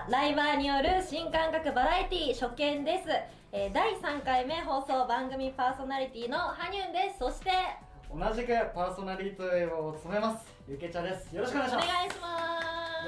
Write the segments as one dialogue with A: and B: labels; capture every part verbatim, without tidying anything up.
A: はライバーによる新感覚バラエティ初見です、えー、だいさんかいめ放送番組パーソナリティのはにゅんです。そして
B: 同じくパーソナリティを務めますゆけちゃです。よろしくお願いします。
A: お願いします。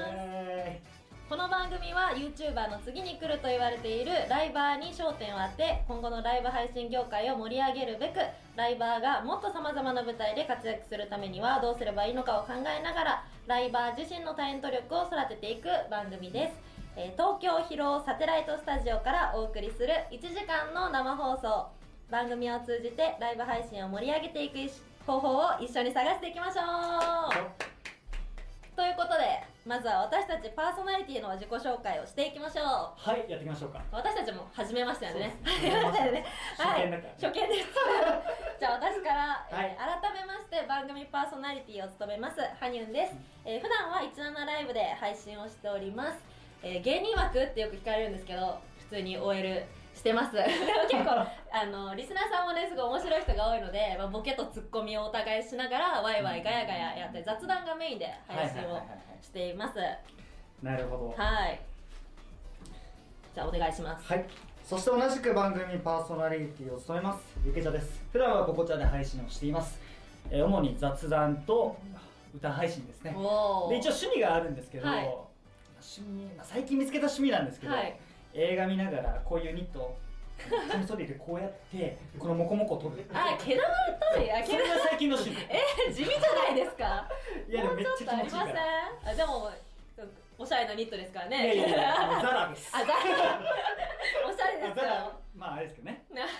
B: イエーイ。
A: この番組は YouTuber の次に来ると言われているライバーに焦点を当て、今後のライブ配信業界を盛り上げるべく、ライバーがもっと様々な舞台で活躍するためにはどうすればいいのかを考えながら、ライバー自身のタレント力を育てていく番組です。えー、東京広尾サテライトスタジオからお送りするいちじかんの生放送。番組を通じてライブ配信を盛り上げていく方法を一緒に探していきましょう。ということで、まずは私たちパーソナリティの自己紹介をしていきましょう。
B: はい、やっていきましょうか。
A: 私たちも初めましてなんでね。
B: 初めましてね。
A: はい、
B: 初見だから。
A: 初見です。じゃあ私から、
B: はい、
A: えー、改めまして番組パーソナリティを務めますはにゅんです。えー、普段はいちじゅうななライブで配信をしております。えー、芸人枠ってよく聞かれるんですけど、普通に オーエル してます。でも結構あのリスナーさんもねすごい面白い人が多いので、まあ、ボケとツッコミをお互いしながらワイワイガヤガヤやって雑談がメインで配信をしています。
B: なるほど。
A: はい。じゃあお願いします。
B: はい。そして同じく番組パーソナリティを務めますゆけちゃです。普段はここちゃで配信をしています。えー、主に雑談と歌配信ですね。で一応趣味があるんですけど、はい、趣味、まあ、最近見つけた趣味なんですけど、はい、映画見ながらこういうニットカミソリでこうやってこのモコモコを取る。
A: あ、毛玉取り。あ、
B: それが最近の趣味。
A: え、地味じゃないですか。
B: いやでもめっちゃ気持ちいいから。
A: あ、でもおしゃれなニットですからね。
B: いやいやいや、ザラです。
A: あ、ザラ。おしゃれですか。
B: まああれですけどね。はい、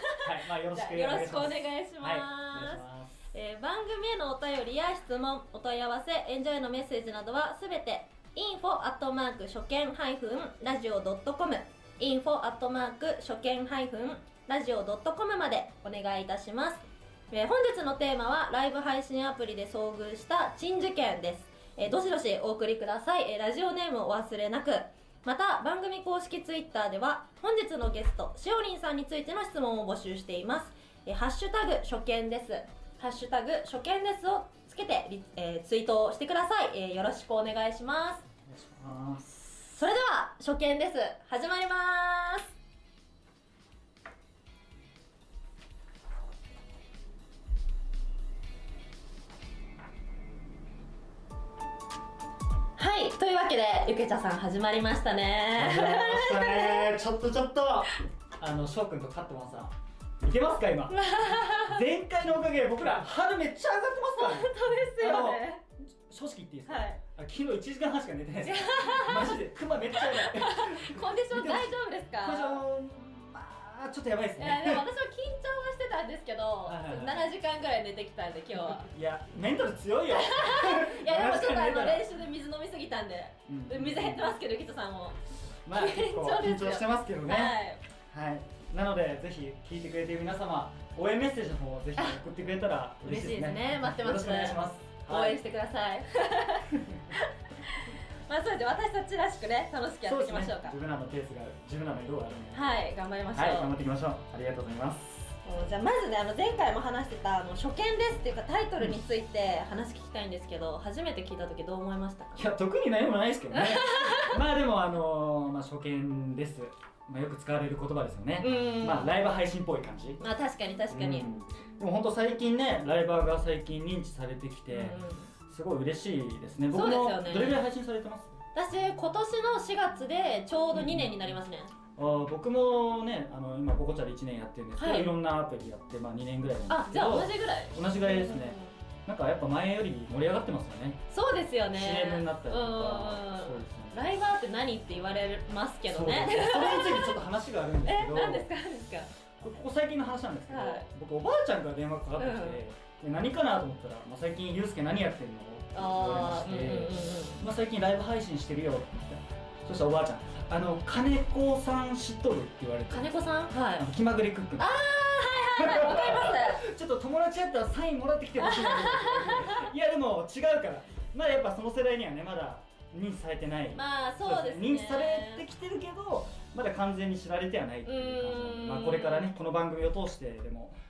B: まあよろしくお願いします。
A: よろしくお願いします。えー、番組へのお便りや質問、お問い合わせ、エンジョイのメッセージなどはすべてインフォアットマーク初見ハイフンラジオドットコム インフォアットマーク初見ハイフンラジオドットコムまでお願いいたします。えー、本日のテーマはライブ配信アプリで遭遇した珍事件です。えー、どしどしお送りください。えー、ラジオネームをお忘れなく。また番組公式ツイッターでは本日のゲストしおりんさんについての質問を募集しています。えー、ハッシュタグ初見です。ハッシュタグ初見ですをつけて、えー、ツイートをしてください。えー、よろしくお願いします。
B: お願いします。
A: それでは初見です。始まります。はい、というわけでゆけちゃさん始まりましたね。
B: 始まりましたね。ちょっとちょっとあの翔くんとカットマンさんいけますか今。前回のおかげで僕ら春めっちゃ上がってますからね。
A: 本当ですよね。
B: 正直言っていいですか、
A: はい、
B: 昨日いちじかんはんしか寝てないです。マジでクマめっちゃやばい。
A: コンディション大丈夫ですか？
B: コンディションまあちょっとやばいですね。
A: いやでも私は緊張はしてたんですけどななじかんぐらい寝てきたんで今日は。
B: いやメンタル強いよ。
A: いやでもちょっとあの練習で水飲みすぎたんで、うん、水減ってますけどゆきとさんも
B: まあ結構緊張してますけどね。はい、はい、なのでぜひ聞いてくれている皆様応援メッセージの方をぜひ送ってくれたら嬉しいですね。
A: 嬉しいですね。待ってます。
B: よろしくお願いします。
A: 応援してください。まあそうです。私たちらしくね楽しくやっていきましょうか。
B: 自分らのペースが自分らの色があるので、
A: はい頑張りましょう。
B: はい頑張っていきましょう。ありがとうございます。
A: じゃあまずねあの前回も話してたあの初見ですっていうかタイトルについて話聞きたいんですけど、初めて聞いた時どう思いましたか？
B: いや特に何もないですけどね。まあでもあのまあ初見です。まあよく使われる言葉ですよね。まあライブ配信っぽい感じ。
A: まあ確かに確かに。
B: でも本当最近ねライバーが最近認知されてきて。すごい嬉しいですね。僕もどれぐらい配信されてます？
A: 私今年のしがつでちょうどにねんになりますね。
B: うん、あ僕もねあの今ここちゃでいちねんやってるんですけど、はい、いろんなアプリやってまあにねんぐらいなんですけど。
A: あじゃあ同じぐらい？
B: 同じぐらいですね。なんかやっぱ前より盛り上がってますよね。
A: そうですよね。
B: シーエム になったりとか。そうですね。
A: ライバーって何って言われますけどね。
B: それについてちょっと話があるんですけど。
A: え何ですか何ですか？
B: ここ最近の話なんですけど、はい、僕おばあちゃんから電話かかってきて、うん、何かなと思ったら、まあ、最近ゆうすけ何やってんの言われまして、まあ最近ライブ配信してるよって言って、そしたらおばあちゃん「あの金子さん知っとる?」って言われて。
A: 金子さん？はい。
B: 気まぐれクックの。
A: ああはいはいはいわかります。
B: ちょっと友達やったらサインもらってきてほしいな。いやでも違うから、まあやっぱその世代にはねまだ認知されてない。
A: まあそうですね。
B: 認知されてきてるけどまだ完全に知られてはないっていう感じ。まあこれからねこの番組を通してでも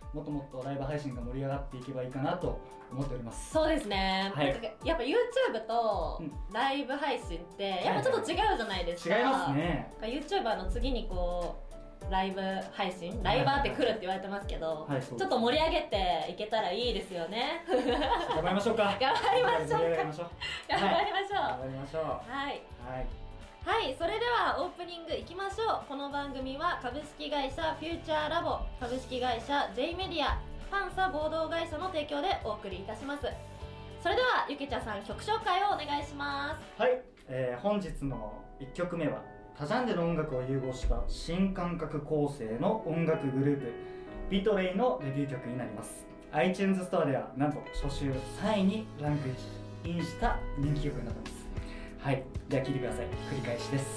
B: もっともっとライブ配信が盛り上がっていけばいいかなと思っております。
A: そうですね、はい、なんかやっぱ YouTube とライブ配信ってやっぱちょっと違うじゃないですか、
B: はいはい、違いますね。
A: YouTuber の次にこうライブ配信ライバーって来るって言われてますけど、はいはい、ちょっと盛り上げていけたらいいですよね。
B: 頑張りましょうか。
A: 頑張りましょうか。
B: 頑張りましょう。
A: 頑張りましょう。
B: 頑張りましょう。
A: はい、
B: はい
A: はい、それではオープニングいきましょう。この番組は株式会社フューチャーラボ、株式会社 J メディア、パンサ合同会社の提供でお送りいたします。それではゆけちゃさん、曲紹介をお願いします。
B: はい、えー、本日のいっきょくめは多ジャンルの音楽を融合した新感覚構成の音楽グループビトレイのデビュー曲になります。 iTunes ストアではなんと初週さんいにランクインした人気曲になってます。はい、じゃあ聴いてください。繰り返しです。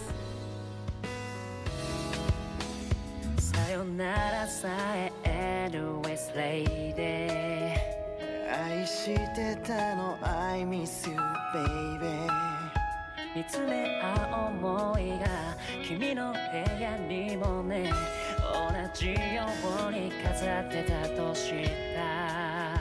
C: さよならさえ Always Lady 愛してたの I miss you baby 見つめ合う想いが君の部屋にもね同じように飾ってたとした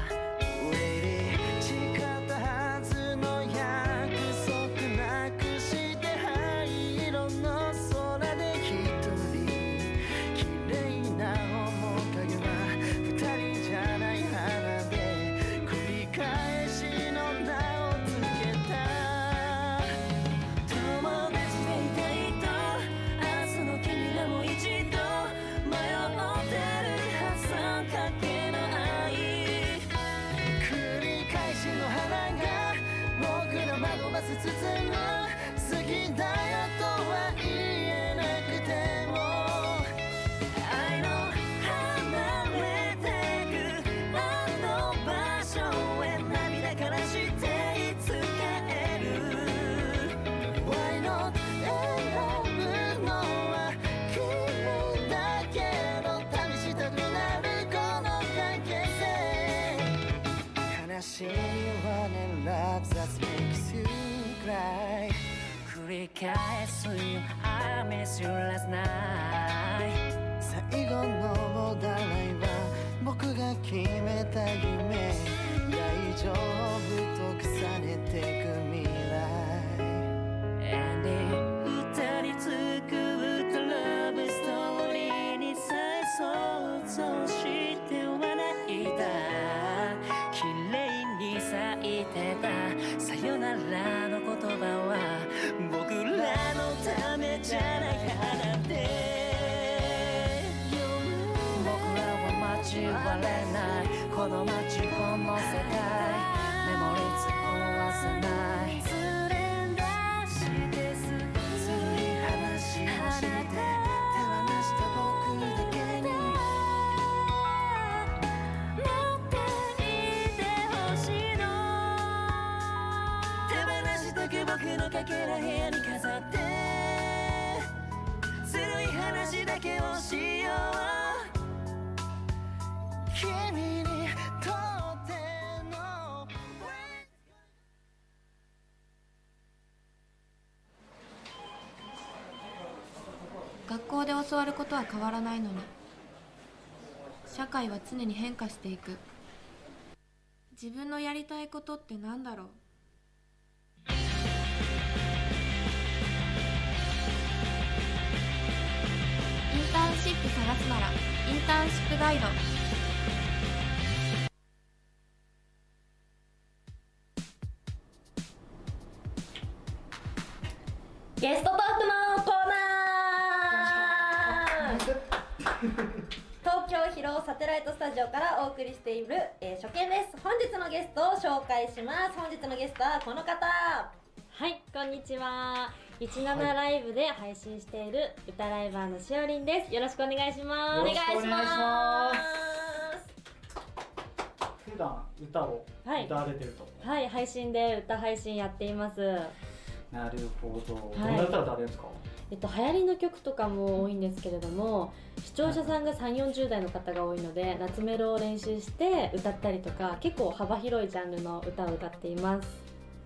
C: 繰り返すよ I miss you last night 最後のボーダーラインは僕が決めた夢大丈夫と重ねてく未来 And 二人作ったラブストーリーにさえ想像して笑いた綺麗に咲いてたさよならの言葉は僕らのためじゃない花で僕らは交われないこの街この世界メモリーズを忘れない連れ出してすずるい話をして手放した僕だけに持っていてほしいの手放したく僕のかけら部屋に飾ってずるい話だけをしよう君にとっての
D: 学校で教わることは変わらないのに社会は常に変化していく。自分のやりたいことってなんだろう。インターンシップ探すならインターンシップガイド。
A: ゲストトークのコーナー東京広尾サテライトスタジオからお送りしている、えー、初見です。本日のゲストを紹介します。本日のゲストはこの方。
E: はい、こんにちは。じゅうななライブで配信している歌ライバーのしおりんです。よろしくお願いします。
B: よろしくお願いします。普段歌を歌われてると。
E: はい、はい、配信で歌配信やっています。
B: なるほど。どんな歌を歌われるんですか？
E: えっと、流行りの曲とかも多いんですけれども、視聴者さんがさんじゅう、よんじゅう代の方が多いので夏メロを練習して歌ったりとか、結構幅広いジャンルの歌を歌っています。
B: う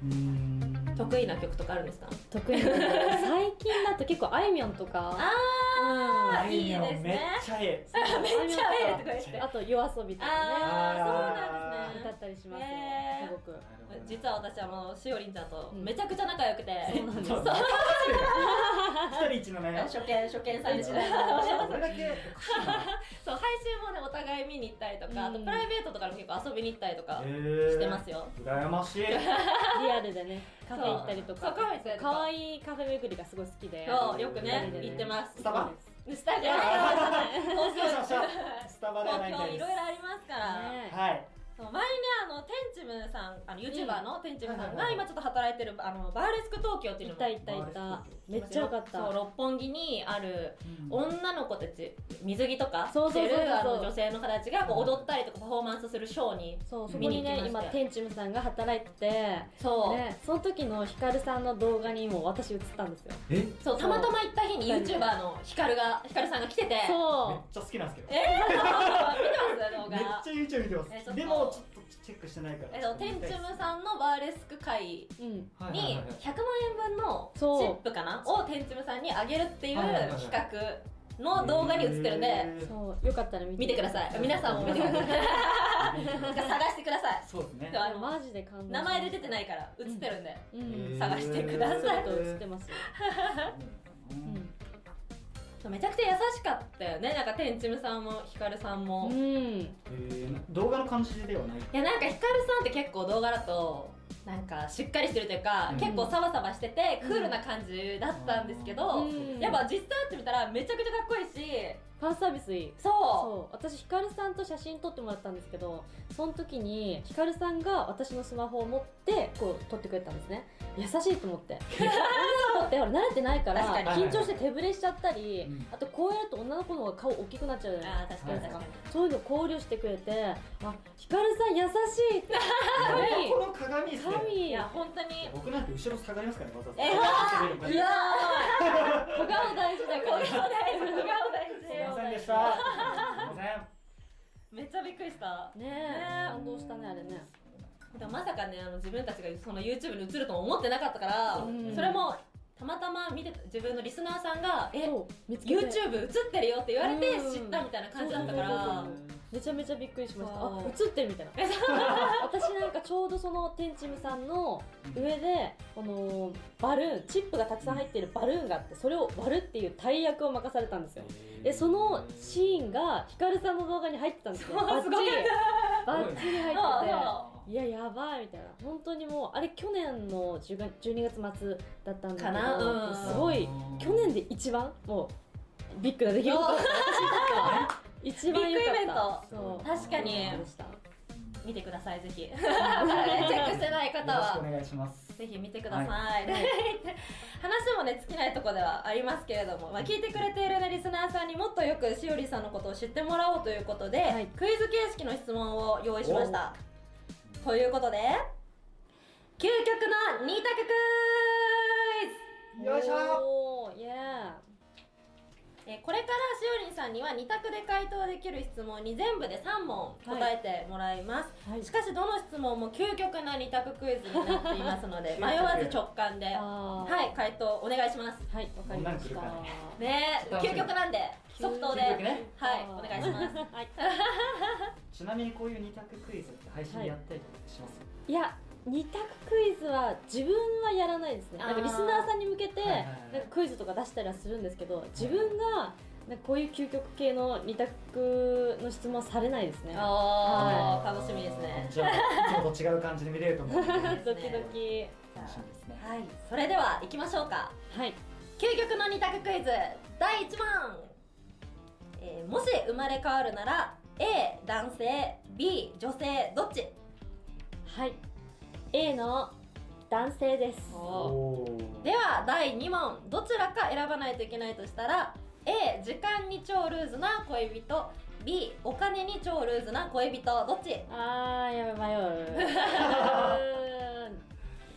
B: うーん
A: 得意な曲とかあるんですか？
E: 得意な曲最近だと結構あいみょんとか、
A: あー、
B: うん
A: いいですね。
B: めっちゃええ
A: めっちゃええとか言って。
E: あと夜遊びとかね
A: あー、そうなんですね。
E: 歌ったりしますよ、
A: へー
E: すごく。
A: 実は私あのしおりんちゃんとめちゃくちゃ仲良くて、
E: そうなんです
B: そう一人一のね
A: 初見初見さんにし
B: それだけ
A: そう配信もねお互い見に行ったりとか、あとプライベートとかでも結構遊びに行ったりとか
B: へー
A: してますよ。
B: 羨ましい
E: リアルでねカフェ行ったりとか、
A: そうカフェ行ったりとか
E: 可愛いカフェ巡りがすごい好きで、
A: そうよくね
E: 二人で
A: 行ってます。
B: スタバ
A: スタジオ
B: 失礼しましたスタバではないみたいです
A: 東京いろいろありますから、
E: ね
B: はい
A: そう前にねあのテンチムさんあの YouTuber のテンチムさんが
B: はいはいはい
A: 今ちょっと働いてるあのバーレスク東京っていうのも
E: いたいたいた、めっちゃよかった。
A: そう六本木にある
B: うん
A: 女の子たち水着とか
E: そうそうそうそう
A: 着てるあの女性の方たちがこう踊ったりとかパフォーマンスするショーに
E: そう、そこ
A: 見に
E: にね今
A: 行きまして
E: テンチムさんが働いてて、
A: そう、
E: ね、その時のヒカルさんの動画にも私映ったんですよ。
B: え
A: そうたまたま行った日に YouTuber のヒカルがヒカルさんが来てて
B: めっ
E: そ
B: ちゃ好きなんですけど
A: えー、見てます動
B: めっ
A: 画
B: ちゃ YouTube 見てま
A: えちょっと
B: すでもちょっとチェックしてないから
A: えっとテンチムさんのバーレスク会
E: う、うん、
B: はいはいはい
A: に
B: はい
A: ひゃくまんえんぶんのチ
E: そう
A: ップかなをテンチムさんにあげるっていう
B: はいはいはいはい
A: 企画の動画に映ってるんで
B: へー
E: そうよかったら見て
A: 見てください皆さんも見てください探してください
B: そうですね
A: あの
E: マジで感動。
A: 名前で出てないから映ってるんで、
E: うん、
B: へー
A: 探してください
E: ちょっと映ってますよ。
B: う
E: うんん、
A: そうめちゃくちゃ優しかったよねなんかテンチムさんもヒカルさんも、い
E: うん、
B: えー動画の感じではない
A: やなんかヒカルさんって結構動画だとなんかしっかりしてるというか、
B: うん
A: 結構サバサバしててクールな感じだったんですけど、
E: うん
A: やっぱ実際会ってみたらめちゃくちゃかっこいいし
E: ファンサービスいい。
A: そう
E: そう私ヒカルさんと写真撮ってもらったんですけど、その時にヒカルさんが私のスマホを持ってこう撮ってくれたんですね。優しいと思って女の子ってほら慣れてないから
A: 確
B: かに
E: 緊張して手ぶれしちゃったり、
B: うん
E: あとこうやると女の子の方が顔大きくなっちゃうじゃない
A: あー確かに確かに、
E: そういうの考慮してくれて、あヒカルさん優しいって
B: この鏡ですね
E: 神
A: いや本当に
B: 僕なんて後ろ下がりますからねわざわざ
A: え
E: いやー小顔大事だから
A: 小顔大事小顔大
B: すい
A: 事
B: ませんでしたすいません
A: めっちゃびっくりした
E: ねえ感動したねあれね。
A: でもまさかねあの自分たちがその YouTube に映るとも思ってなかったから、
E: うん
A: それもたまたま見てた自分のリスナーさんが「え
E: そう見つけて
A: YouTube 映ってるよ」って言われて
E: うん
A: 知ったみたいな感じだったか
E: そうそうそう
A: ら
E: そうめちゃめちゃびっくりしました。
A: そう
E: あ映ってるみたいな私なんかちょうどそのテンチムさんの上でこのバルーンチップがたくさん入ってるバルーンがあってそれを割るっていう大役を任されたんですよ。でそのシーンがヒカルさんの動画に入ってたんですよ。バッチリバッチリ入ってていややばいみたいな本当にもうあれ去年のじゅうにがつ末だったんだけど
A: かなうん
E: すごい去年で一番もうビッグな出来事だった私にとっては一番良かった
A: ビッグイベント
E: そう
A: 確かに
E: そうでした
A: 見てくださいぜひチェックしてない方
B: よろしくお
A: は
B: 願いします
A: ぜひ見てください、
E: はい
A: 話もね尽きないところではありますけれども、まあ、聞いてくれている、ね、リスナーさんにもっとよくしおりさんのことを知ってもらおうということで、
E: はい
A: クイズ形式の質問を用意しましたということで究極のに択クイズ
B: よいしょ
E: おーイエ
A: えーこれからしおりんさんにはに択で回答できる質問に全部でさん問答えてもらいます、
E: ーはい
A: しかしどの質問も究極なに択クイズになっていますので迷わず直感で
E: あー
A: はい回答お願いします
E: はいわかりました
B: こんなん来るか
A: ねえ究極なんで即答で
B: 究極ね
A: はいお願いします
E: はい
B: ちなみにこういう二択クイズって配信でやったりとかします
E: いや二択クイズは自分はやらないですね。
A: あー
E: なんかリスナーさんに向けて
B: はいはいはい
E: なんかクイズとか出したりはするんですけど自分がなんかこういう究極系の二択の質問されないですね。
A: あー楽しみですね
B: じゃあいつもと違う感じで見れると思うんで楽し
E: ドキドキ。
B: みですね
A: はいそれでは行きましょうか
E: はい。
A: 究極のに択クイズだいいち問、えーもし生まれ変わるなら A 男性 B 女性どっち
E: はい。A の男性です。
B: おー
A: ではだいに問どちらか選ばないといけないとしたら A 時間に超ルーズな恋人 B お金に超ルーズな恋人どっち
E: あーやばい迷う。うーん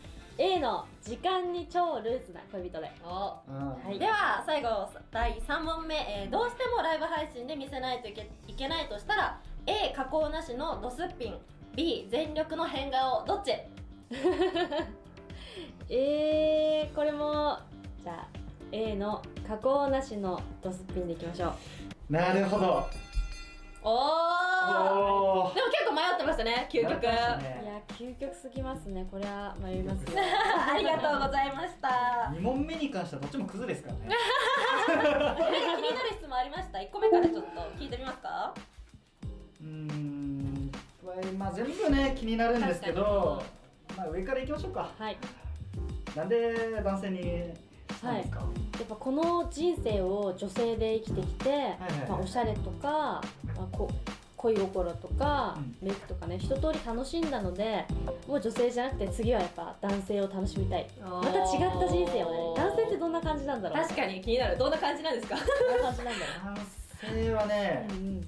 E: A の時間に超ルーズな恋人で。
A: お
B: うん
E: はい
A: では最後だいさん問目、えーどうしてもライブ配信で見せないといけいけないとしたら A 加工なしのドスッピン B 全力の変顔どっち
E: えー、これもじゃあ A の加工なしのドスピンでいきましょう。
B: なるほど。
A: お
B: お
A: ーでも結構迷ってましたね、究極、
E: いや究極すぎますね、これは迷いますよ
A: ありがとうございました
B: に問目に関してはどっちもクズですからね
A: 気になる質問ありました？いっこめからちょっと聞いてみますか？
B: うーん、まあ全部ね気になるんですけど、まあ上からいきましょうか。
E: はい。
B: なんで男性にしたんですか？
E: やっぱこの人生を女性で生きてきて、
B: いはい
E: まあ、おしゃれとか、まあ、こ恋心とか、
B: うん
E: メイクとかね一通り楽しんだので、もう女性じゃなくて次はやっぱ男性を楽しみたい。また違った人生をね。男性ってどんな感じなんだろう。
A: 確かに気になる。どんな感じなんですか？
E: どんな感じなんだろう。
B: 男性はね、
E: うんうん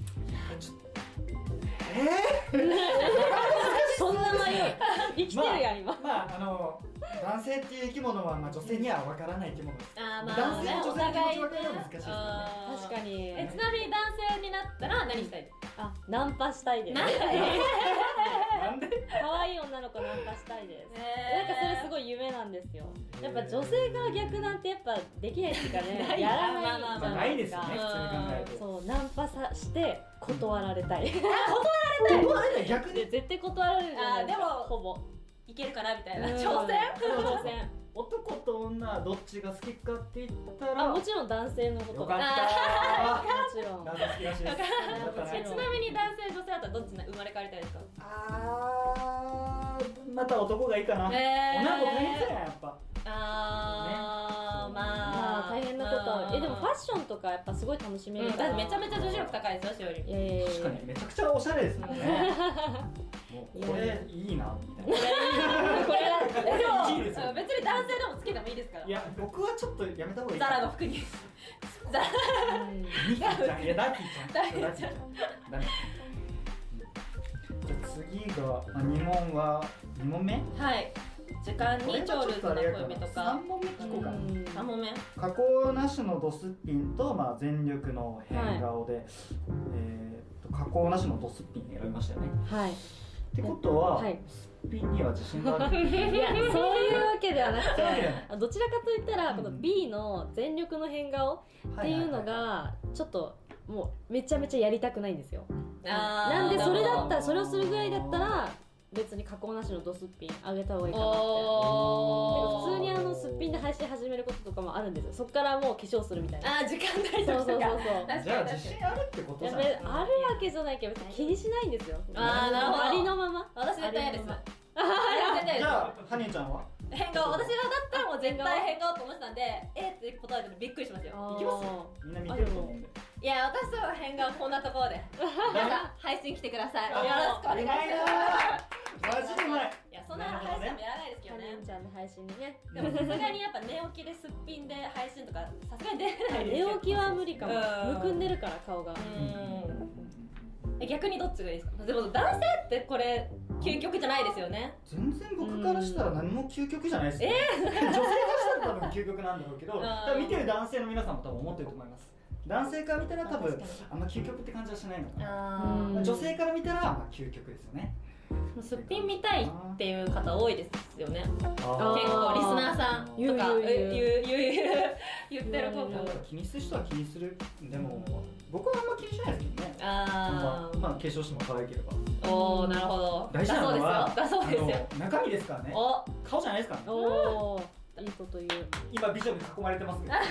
B: えー、
E: そんな迷い生きてるやん、今。
B: まあ、まあ、あの男性っていう生き物は、まあ、女性には分からない生き物です。
A: あーまあ
B: 男性も女性の気持ち分かるのは難しいですよね。
A: あー
E: 確かに。
A: えちなみに男性になったら何したいですか？
E: あ、ナンパしたいです。
A: なんで
B: なんで
E: 可愛い女の子ナンパしたいです。
A: え
E: なんかそれすごい夢なんですよ。やっぱ女性が逆なんてやっぱできないっていうかね、
A: ない
E: やらない
A: まあまあ
E: じゃ
B: まあないですよね、普通に考えて。
E: そう、ナンパさして断られたい。
B: で逆に
E: で絶対断られるじゃないですか。
A: あーでも
E: ほぼ
A: いけるかなみたいな
E: うん
A: 挑戦
E: 挑戦。
B: 男と女どっちが好きかって言ったら、
E: あ、もちろん男性のことが。
B: よかっ
E: も
B: た
E: ちろん。
B: ー。男性好きらしいです。よかったね
A: えちなみに男性女性だったらどっちに生まれ変わりたいですか？
B: あー、また男がいいかな。
A: えー
B: 女の子大変だよやっぱ。
A: あー、
B: ね
A: まあ
E: まあ大変なことは。え、でもファッションとかやっぱすごい楽しめ
A: うん、
E: るから。
A: だってめちゃめちゃ女子力高いですよ、しおり。
E: いやいやいや。
B: 確かにめちゃくちゃおしゃれですもんね。もうこれいいなみたいな。
A: これ
B: これいいですよ
A: うん別に男性でもつけてもいいですから。
B: いや僕はちょっとやめた方がいい
A: ザ
B: かな。
A: ラの服にザラ
E: うん
B: ミキちゃん、いやダッキーちゃん。
A: ダッキーちゃん
B: ダッキーちゃん。ダメ。じゃあ次があに問はに問目？
A: はい、時間に超ルーズな恋人か。
B: 三問目聞こうかな。
E: うん
A: さん問目。
B: 加工なしのドスッピンと、まあ、全力の変顔で、えー、と加工なしのドスッピン選びましたよね。
E: はい。
B: ってことは、
E: はい。
B: スッピンには自信がある。
E: いや、そういうわけではなく
B: そういうわけではない
E: て、どちらかといったら、
B: うん
E: この B の全力の変顔っていうのが、ちょっともうめちゃめちゃやりたくないんですよ。
A: あー
E: なんでそれだったら、それをするぐらいだったら、別に加工なしのドスッピンあげた方がいいかなって。
A: おー
E: 普通にあのすっぴんで配信始めることとかもあるんですよ。そっからもう化粧するみたいな。
A: あー時間ない
E: そうそうそう
A: 時とか。
E: そう。
A: 確
B: じゃあ
A: かに確かに。
B: 自信あるってことじゃ
E: やべ
B: ないですか。
E: あるわけじゃないけど別に気にしないんですよ。
A: あーなるほど
E: ありのまま。
A: 私絶対嫌です。
E: ありのまま
A: 絶対嫌
B: じゃあハニーちゃんは？
A: です。変顔、私がだったらもう絶対変顔と思ってたんで、えって答えてびっくりしますよ。
B: いきますよ。みんな見てると思うんで。
A: いや、私は変顔こんなところで。
B: ダメ
A: 皆さん配信来てください。
B: あー
A: よろしくお願いします。
B: マジでうまい。
A: いや、そんな配信もやらないですけ
E: ハ
A: どね。
E: ニーちゃんの配信にね。
A: でもさすがにやっぱ寝起きですっぴんで配信とかさすがに出れないです
E: 寝
A: よ。
E: 起きは無理かも。
A: うん
E: むくんでるから顔が。
A: うんえ逆にどっちがいいですか？でも男性ってこれ究極じゃないですよね。
B: 全然僕からしたら何も究極じゃないですよ。女性からしたら多分究極なんだろうけど、
A: ん
B: 多分見てる男性の皆さんも多分思ってると思います。男性から見たら多分
A: 確かに
B: あんま究極って感じはしないのかな。
A: あ
E: うん
B: 女性から見たらまあ究極ですよね。
A: ーすっぴん見たいっていう方多いですよね。
B: あ
A: 結構リスナーさんとか
E: 言う言う
A: え言う言う言う言ってる子
E: 言う
A: が
B: だから気にする人は気にする。でも僕はあんま気にしないですけどね。
A: あ
B: まあ化粧しても可愛ければ。
A: ーおーなるほど。
B: 大事なのは
A: だそうですよ。だそうですよ。
B: あの中身ですからね。
A: お
B: 顔じゃないですからね。
E: おお、いいこと言う。
B: 今美女に囲まれてますけど。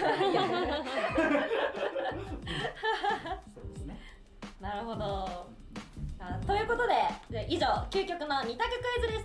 B: そうですね。
A: なるほど。あということでじゃあ以上究極の二択クイズでした。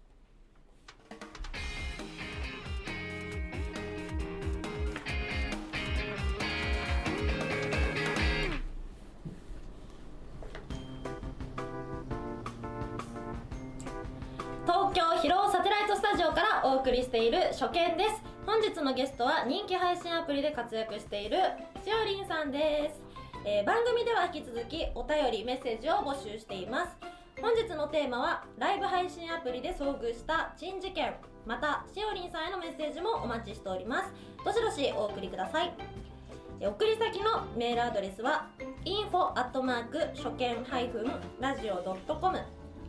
A: 東京広尾サテライトスタジオからお送りしている初見です。本日のゲストは人気配信アプリで活躍しているしおりんさんです。えー番組では引き続きお便りメッセージを募集しています。本日のテーマはライブ配信アプリで遭遇した珍事件、またしおりんさんへのメッセージもお待ちしております。どしどしお送りください。えー送り先のメールアドレスは インフォ アットマーク 初見 ラジオ ドットコム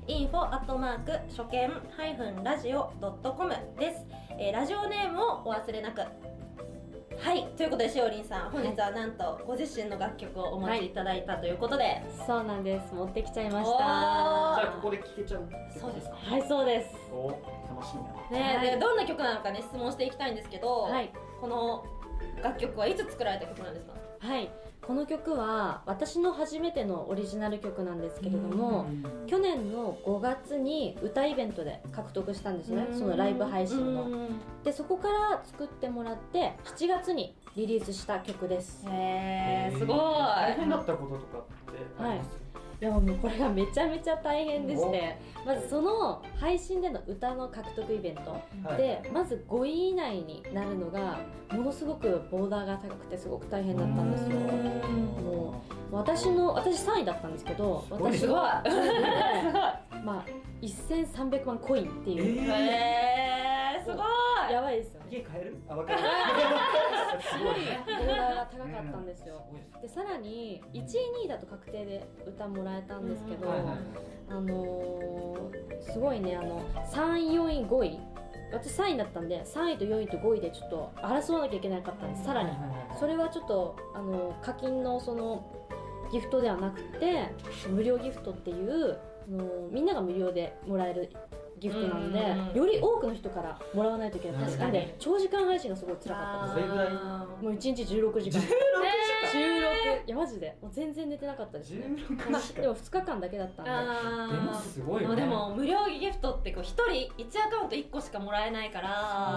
A: インフォアットマーク初見ハイフンラジオドットコム です、えー、ラジオネームをお忘れなく。はい、ということでしおりんさん、本日はなんとご自身の楽曲をお持ちいただいたということで、はい、
E: そうなんです、持ってきちゃいました。
B: じゃあここで聴けちゃうってことですか？
E: はい、そうです。
B: お、楽しみだ
A: ね、
E: はい、
A: でどんな曲なのかね質問していきたいんですけど、はい、この楽曲はいつ作られた曲なんですか？
E: はい、この曲は私の初めてのオリジナル曲なんですけれども、去年のごがつに歌イベントで獲得したんですね、そのライブ配信の。でそこから作ってもらってしちがつにリリースした曲です。
A: へー、すごい。
B: 大変だったこととかってあります？はい、
E: いやもうこれがめちゃめちゃ大変でして、まずその配信での歌の獲得イベントで、はい、まずごい以内になるのがものすごくボーダーが高くてすごく大変だったんですよ。もう私の私さんいだったんですけど、私はまあせんさんびゃくまんコインっていう、
A: えー、すごい
E: やばいですよね。
B: 家買える？あ、分かる。
E: すごいボーダーが高かったんですよ。でさらにいちいにいだと確定で歌もらえたんですけど、あのー、すごいね、あのさんいよんいごい、私さんいだったんでさんいとよんいとごいでちょっと争わなきゃいけなかったんです。さらにそれはちょっとあの課金のそのギフトではなくて無料ギフトっていうあのみんなが無料でもらえるギフトなので、より多くの人からもらわないといけない。確かにで長時間配信がすごい辛かったんです。もういちにちじゅうろくじかん。じゅうろくじゅうろく、いやマジでもう全然寝てなかったですね。まあ、でもふつかかんだけだったんで。
B: でもすごいね。
A: でも無料ギフトってこうひとりいちアカウントいっこしかもらえないから、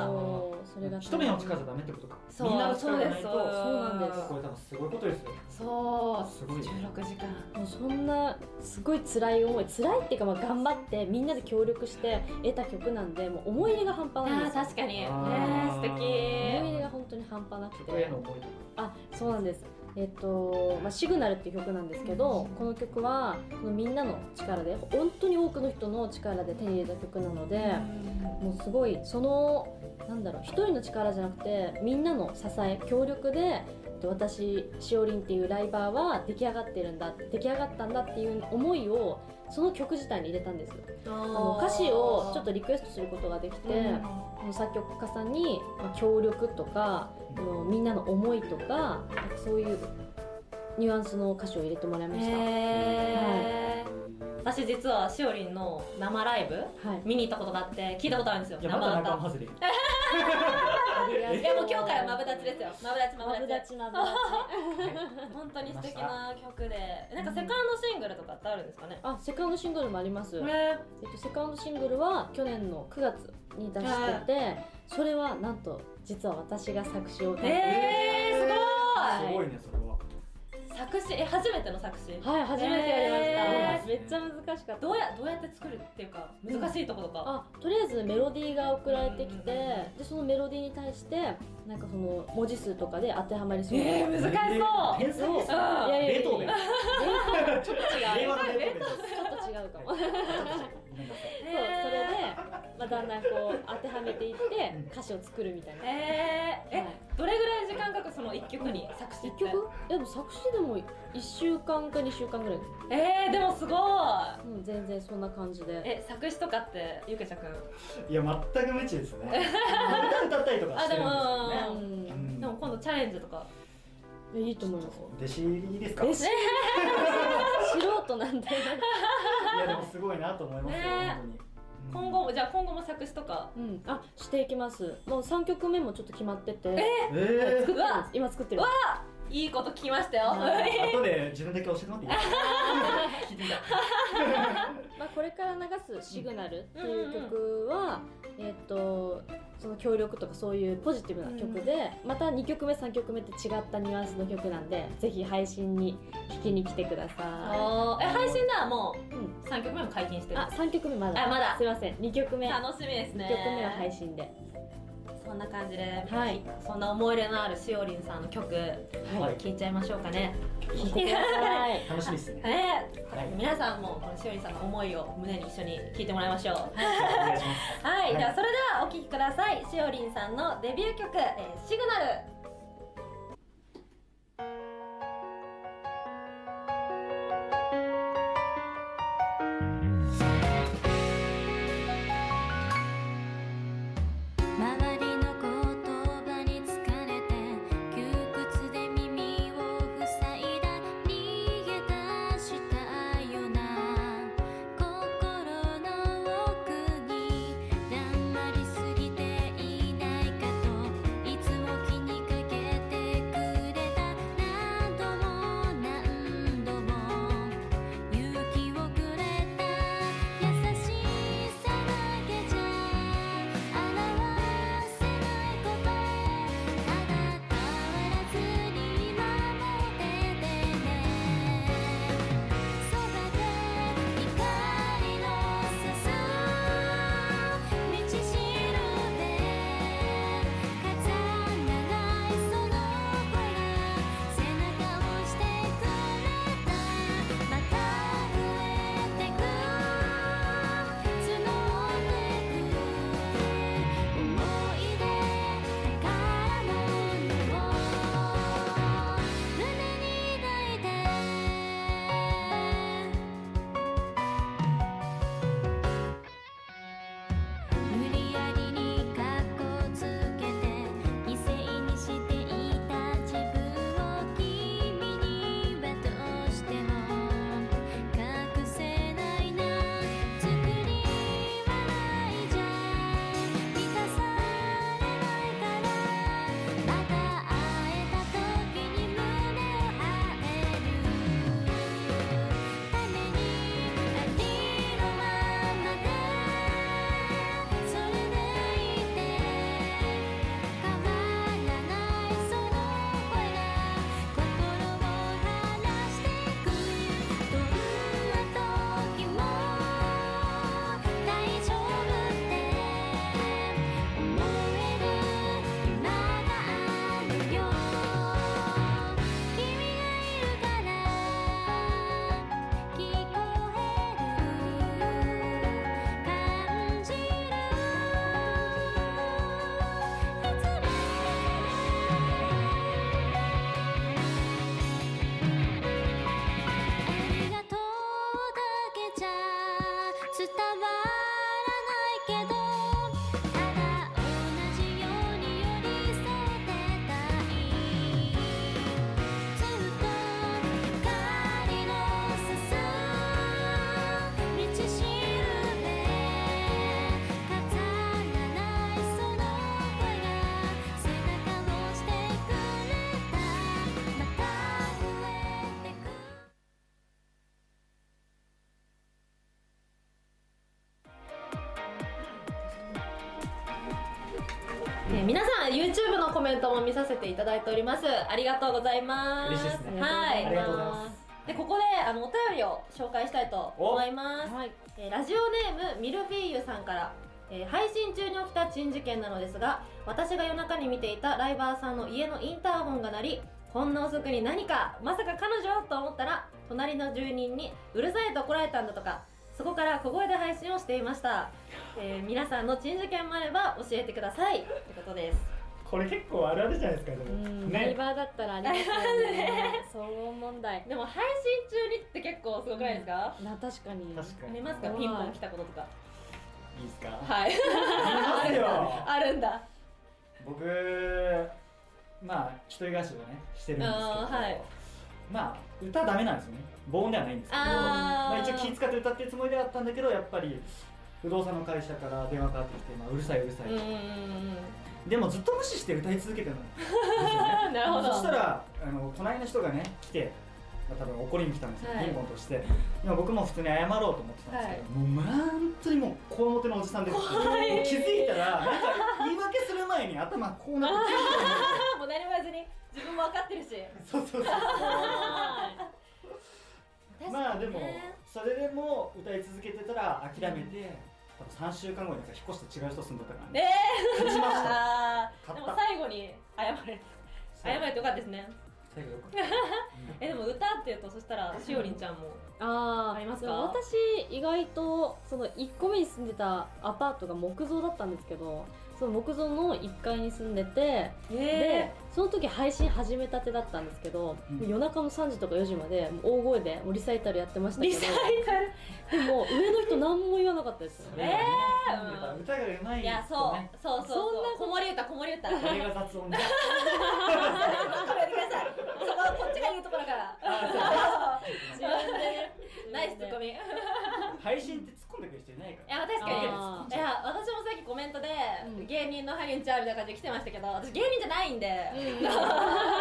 E: それが
B: 一人の力じゃダメってことか。
A: そう、
B: みんなの力がないと。
E: そうなんです。
B: これ多分すごいことですよ。
A: そう、
B: すごい
A: じゅうろくじかん。
E: もうそんなすごい辛い思い、辛いっていうかまあ頑張ってみんなで協力して得た曲なんで、もう思い入れが半端ないんですよ。
A: 確かにね、素敵。思
E: い入れが本当に半端なくて。あ、そうなんです。えっとまあ、シグナルっていう曲なんですけど、この曲はこのみんなの力で本当に多くの人の力で手に入れた曲なので、もうすごいそのなんだろう、一人の力じゃなくてみんなの支え協力で私しおりんっていうライバーは出来上がってるんだ出来上がったんだっていう思いをその曲自体に入れたんです。あの歌詞をちょっとリクエストすることができて、うん、作曲家さんに協力とかあのみんなの思いとか、なんかそういうニュアンスの歌詞を入れてもらいました。
A: へー、はい、私実はしおりんの生ライブ、はい、見に行ったことがあって聞いたことあるんですよ。
B: いや、また仲間外れ。
A: いやもう今日からマブダチですよ。マブダチマブダチ
E: マブダチ
A: 本当に素敵な曲で、なんかセカンドシングルとかってあるんですかね？
E: あ、セカンドシングルもあります。えっとセカンドシングルは去年のくがつに出してて、それはなんと実は私が作詞を担当して、
A: えー、すごい。
B: すごいね、それは。
A: 作詞、え、初めての作詞？
E: はい、初めてやりました。えー、めっちゃ難しかった。
A: どうやどうやって作るっていうか難しいところとか、うん、
E: あ、とりあえずメロディーが送られてきて、でそのメロディーに対してなんかその文字数とかで当てはまりそうな、
A: えー、難しそう。
B: 天才ですね。
E: いやいやいや、
B: ベートーベン。
E: ちょっと違う。
B: 令和のベートーベン。
E: ちょっと違うかも。そう、それで、まあ、だんだんこう当てはめていって歌詞を作るみたいな。
A: えー、え、はい、どれぐらい時間かかるそのいっきょくに作詞って？いっきょく？
E: でも作詞でもいっしゅうかんかにしゅうかんぐらい。
A: えー、でもすごい。
E: うん、全然そんな感じで。
A: え、作詞とかってゆけちゃくん？
B: いや、全く無知ですね。歌歌ったりとかしてるんですよね。
A: でも今度チャレンジとか
E: いいと思います。
B: 弟子入りですか？
E: 弟子素人なんで。い
B: やでもすごいなと思いますよ、ね、本当に。
A: 今後じゃあ今後も作詞とか、
E: うん、あ、していきます。もうさんきょくめもちょっと決まってて、
A: えー、
E: 作ってるんです。今作ってる。
A: わあ、いいこと聞きましたよ。
B: 後で自分だけ教えてもらっていいですか？聞いてみたい。
E: まあこれから流すシグナルっていう曲は、えっとその協力とかそういうポジティブな曲で、またにきょくめさんきょくめって違ったニュアンスの曲なんで、ぜひ配信に聴きに来てください。
A: え、配信ではもうさんきょくめも解禁してる？
E: あ、さんきょくめまだ。
A: あ、まだ。
E: すいません、にきょくめ
A: 楽しみですね。
E: にきょくめは配信で。
A: そんな感じで、
E: はい、
A: そんな思い入れのあるしおりんさんの曲、はい、聞いちゃいましょうかね。
E: 聞いてください。
B: 楽しみですね。
A: えーはい、皆さんもこのしおりんさんの思いを胸に一緒に聞いてもらいましょう。はい、
B: お願いします。
A: はい、ではそれではお聴きください。しおりんさんのデビュー曲、えー、シグナル。 えー、皆さん YouTube のコメントも見させていただいております。ありがとうございます。
B: 嬉しいですね。
A: はい、
B: ありがとうございます。
A: でここであのお便りを紹介したいと思います、はいえー、ラジオネームミルフィーユさんから、えー、配信中に起きた珍事件なのですが、私が夜中に見ていたライバーさんの家のインターホンが鳴り、こんな遅くに何かまさか彼女と思ったら、隣の住人にうるさいと怒られたんだとか、そこから小声で配信をしていました、えー、皆さんの珍事件もあれば教えてくださいということです。
B: これ結構あるあるじゃないですか。でも
E: ね、ライバーだったらありますよね騒音問題。
A: でも配信中にって結構すごくないですか？
E: な、確かに
B: 確かに
A: ありますか？ピンポン来たこととか。
B: いいですか？
A: はい
B: ありますよ。
A: あるんだ。
B: 僕まあ一人暮らしをねしてるんですけど、はい、まあ歌ダメなんですよね。防音ではないんですけど、まあ、一応気使って歌ってるつもりではあったんだけど、やっぱり不動産の会社から電話かかってきて、まあ、うるさいうるさいと。でもずっと無視して歌い続けてるんですよね。なるほど。そしたらあの隣の人がね来て、まあ、多分怒りに来たんですよ、はい、ピンポンとして。今僕も普通に謝ろうと思ってたんですけど、はい、もうまあ本当にもうこわもてのおじさんです。気づいたらなんか言い訳する前に頭こうなって
A: もう何も言わずに自分も分かってるし。
B: そうそうそうまあでもそれでも歌い続けてたら諦めて、多分さんしゅうかんごに引っ越して違う人住んでたからね。
A: えー、
B: 勝ちました。
A: でも最後に謝れ謝れてよかったですね。
B: 最後よかった
A: えでも歌っていうと、そしたらしおりんちゃんも
E: あ
A: ありますか？
E: 私意外とそのいっこめに住んでたアパートが木造だったんですけど、その木造のいっかいに住んでて、でその時配信始めたてだったんですけど、うん、夜中のさんじとかよじまで大声でもうリサイタルやってましたけど、
A: リサイタル
E: でも上の人何も言わなかったですよね。
B: えー、うん、歌が上手い人、ね、
A: いやそうそうそうそう、子守歌子守歌、
B: これが雑音だそ
A: ここっちが言うところから自分でナイスツッコミ。
B: 配信って突っ込んでくる人いないから。
A: いや確かに。いや私もさっきコメントで、うん、芸人のハリンちゃんみたいな感じで来てましたけど、私芸人じゃないんで、うん、でも確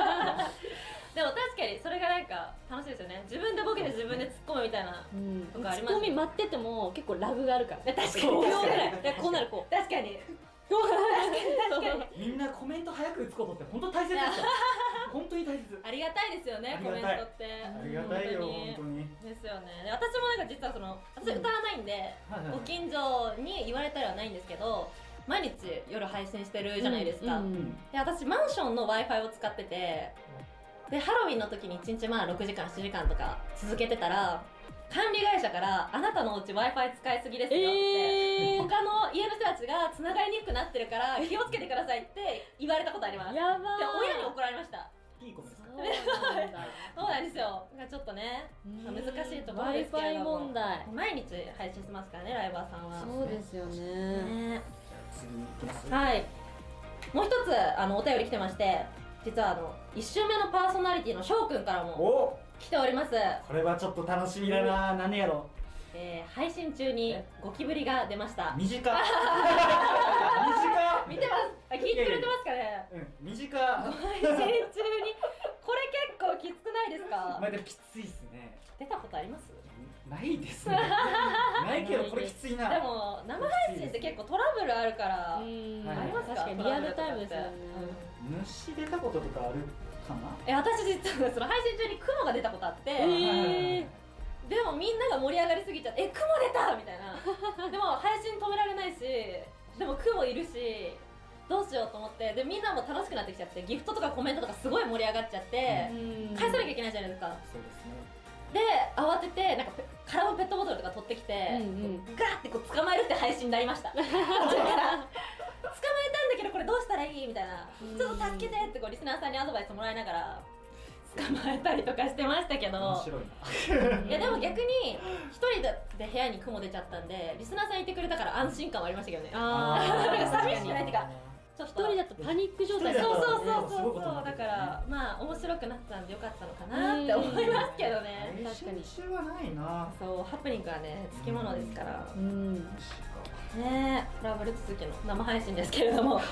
A: かにそれがなんか楽しいですよね。自分でボケて自分で突っ込むみたいなとかあります、ね、
E: ツッコミ待ってても結構ラグがあるから。
A: 確かに
E: ごびょうぐらいこうなるこう。
A: 確かに確かに確かに。
B: みんなコメント早く打つことって本当大切ですよ。本当に大切。
A: ありがたいですよね、コメントって。
B: ありがたいよ本当に。
A: ですよね。私もなんか実はその私歌わないんで、ご近所に言われたりはないんですけど、毎日夜配信してるじゃないですか。で私マンションの Wi-Fi を使ってて、でハロウィンの時にいちにちまあろくじかんしちじかんとか続けてたら、管理会社からあなたのお家 Wi-Fi 使いすぎですよって、えー、他の家の人たちが繋がりにくくなってるから気をつけてくださいって言われたことあります。
E: やばー。
A: で親に怒られました。
B: いい子ですか？
A: そうなんですよ。ちょっとね難しいところですけれども、
E: Wi-Fi 問題
A: 毎日配信してますからね、ライバーさんは。
E: そうですよね。
B: ね、次に行きます。
A: はい、もう一つあのお便り来てまして、実はあのいっ週目のパーソナリティの翔くんからも来ております。
B: これはちょっと楽しみだな。何やろう。
A: えー、配信中にゴキブリが出ました。
B: 短っ短っ
A: 見てます。あ、聞いてくれてますかね。
B: うん、短っ
A: 配信中にこれ結構きつくないですか？
B: まあでもきついっすね。
A: 出たことあります？
B: ないですね。ないけどこれきついな。
A: でも生配信って結構トラブルあるからありますか？
E: 確かにリアルタイムですよね。
B: 虫出たこととかあるかな？
A: え、私実はその配信中にクモが出たことあって、えーでもみんなが盛り上がりすぎちゃって、え、クモ出たみたいな。でも配信止められないし、でもクモいるし、どうしようと思って、でみんなも楽しくなってきちゃって、ギフトとかコメントとかすごい盛り上がっちゃって、返さなきゃいけないじゃないですか。
B: そうですね。
A: で慌ててなんか空のペットボトルとか取ってきて、うんうん、ガーってこう捕まえるって配信になりました。だから捕まえたんだけどこれどうしたらいいみたいな、ちょっと助けてってこうリスナーさんにアドバイスもらいながら捕まえたりとかしてましたけど、面白いな。いやでも逆に一人で部屋に雲出ちゃったんで、リスナーさんいてくれたから安心感はありましたけどね。ああ、なんか寂しくないっていうか、ちょっと一人だとパニック状態。そうそうそうそうそう。だからまあ面白くなったんでよかったのかなって思いますけどね。
B: 確かに中はないな。
A: そう、ハプニングはねつきものですから。うん。ねえ、トラブル続きの生配信ですけれども。はい。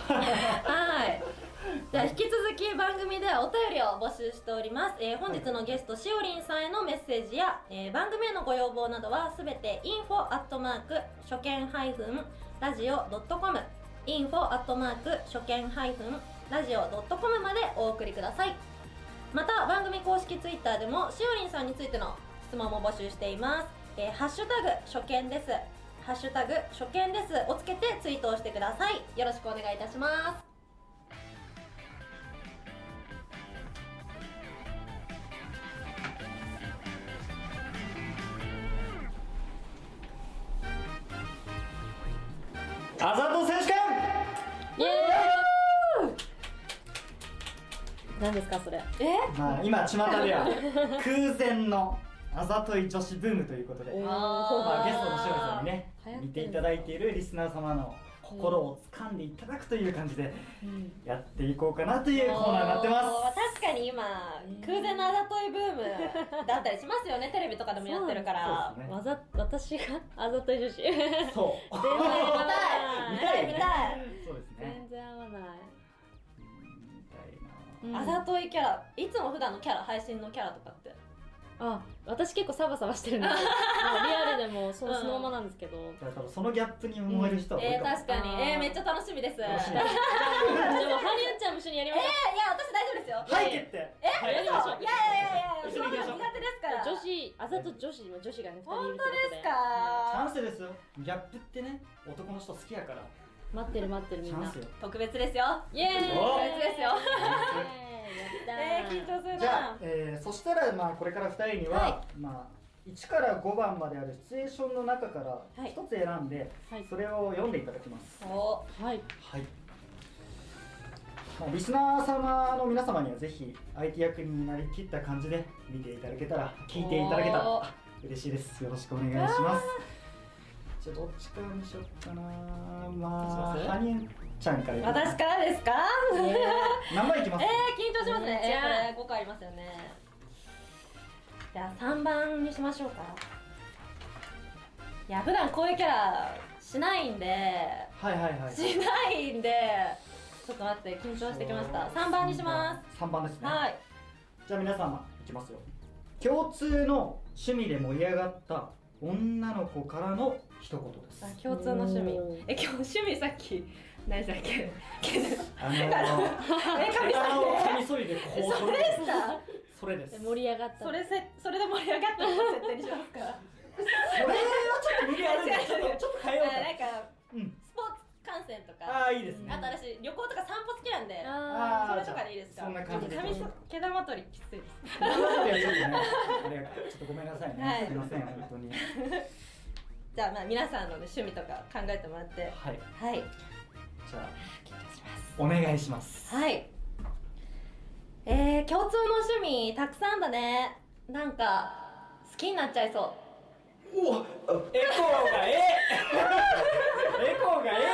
A: じゃあ引き続き番組ではお便りを募集しております。えー、本日のゲストしおりんさんへのメッセージや、えー、番組へのご要望などはすべて インフォ アットマーク 初見 -ラジオ ドットコムインフォアットマーク初見ハイフンラジオドットコムまでお送りください。また番組公式ツイッターでもしおりんさんについての質問も募集しています。えー、ハッシュタグ初見です、ハッシュタグ初見ですをつけてツイートをしてください。よろしくお願いいたします。
B: あざと選手権
E: イエーイ何ですかそれ。
A: え
B: まあ今巷では空前のあざとい女子ブームということで、
E: おー
B: まあ、ゲストのしおりさんにね
E: 流行ってる
B: 見ていただいているリスナー様の心を掴んでいただくという感じで
E: うん
B: やっていこうかなというコーナーになってます。
A: おー確かに今空前のあざといブームだったりしますよね。テレビとかでもやってるから。
B: そうですね
E: わざ私があざとい女子全然
B: そう
E: 合わない
B: 見たい
A: 見たい
B: そうですね
E: 全然合わない。
B: 見たい
E: うん
A: あざといキャラ、いつも普段のキャラ、配信のキャラとかって
E: あ、私結構サバサバしてるんですよもうリアルでもそのそのままなんですけど、
B: な。だから多分そのギャップに燃える人は多い
A: えー、
B: かも。
A: 確かに
E: あー
A: えー、めっちゃ楽しみです。えー、い
B: 楽しみ
E: でもハリアンちゃんも一緒にやりましょう、
A: や私大丈夫ですよ。
B: はい決定。
A: え
E: はいやりましょう
A: いやいやいやいや
B: 一緒に行きましょう
A: 苦手ですから。
E: 女子あざと女子女子がねふたりいるって
A: 本当
E: ことで
A: です
B: チャン
A: か。
B: スですよ。ギャップってね男の人好きやから
E: 待ってる待ってるみんな
B: チャンスよ。
A: 特別ですよ。
E: イエーイ
B: お
A: 特別ですよ。
E: やった
A: えー、緊張するな。
B: じゃあ、えー、そしたらまあこれからふたりには、
A: は
B: まあいちからごばんまであるシチュエーションの中から
A: い
B: ひとつ選んで、
E: はい
B: それを読んでいただきます。
A: お
E: はい
B: はい。まあ、リスナー様の皆様にはぜひ相手役になりきった感じで見ていただけたら聞いていただけた
A: おー
B: ら嬉しいです。よろしくお願いします。じゃあどっちからにしようかな。まあ
A: どうします
B: ハニンちゃんからいきます
A: 私からですか。
B: 何番いきます
A: えー、緊張しますね。
E: じゃあ
A: えー、これごかいありますよね。じゃあさんばんにしましょうか。いや普段こういうキャラしないんで
B: はいはいはい。
A: しないんでちょっと待って緊張してきました。さんばんにしま
B: さんばんです
A: す。
B: ね。
A: はい。
B: じゃあ皆様いきますよ。共通の趣味で盛り上がった女の子からの一言です。
A: あ共通の趣味
E: おー。
A: え今日趣味さっき何でしたっけ？
B: あのー、
A: え神さん
B: を
A: で。
B: カミソリでこう
A: それでした。
B: それです。
E: 盛り上がった
A: それせそれで盛り上がったの設定にしますか。
B: それはちょっと無理あるんでちょっとちょっと変えようか。
A: なんか
B: うん。
A: スポーツ観戦とか。
B: ああいいですね。
A: あと私旅行とか散歩好きなんで。
E: あ
A: それとかでいいですか。
B: そんな感じで
A: 髪そ毛玉取りきついです。
B: この辺りはちょっとね、あれちょっとごめんなさいね。
A: はい
B: すみません本当に。
A: じゃあまあ皆さんの、ね、趣味とか考えてもらって。
B: はい。
A: はい。
B: じゃあ
A: 緊張します。
B: お願いします。
A: はい。えー、共通の趣味たくさんだね。なんか好きになっちゃいそう。
B: おエコーがえエコーがえ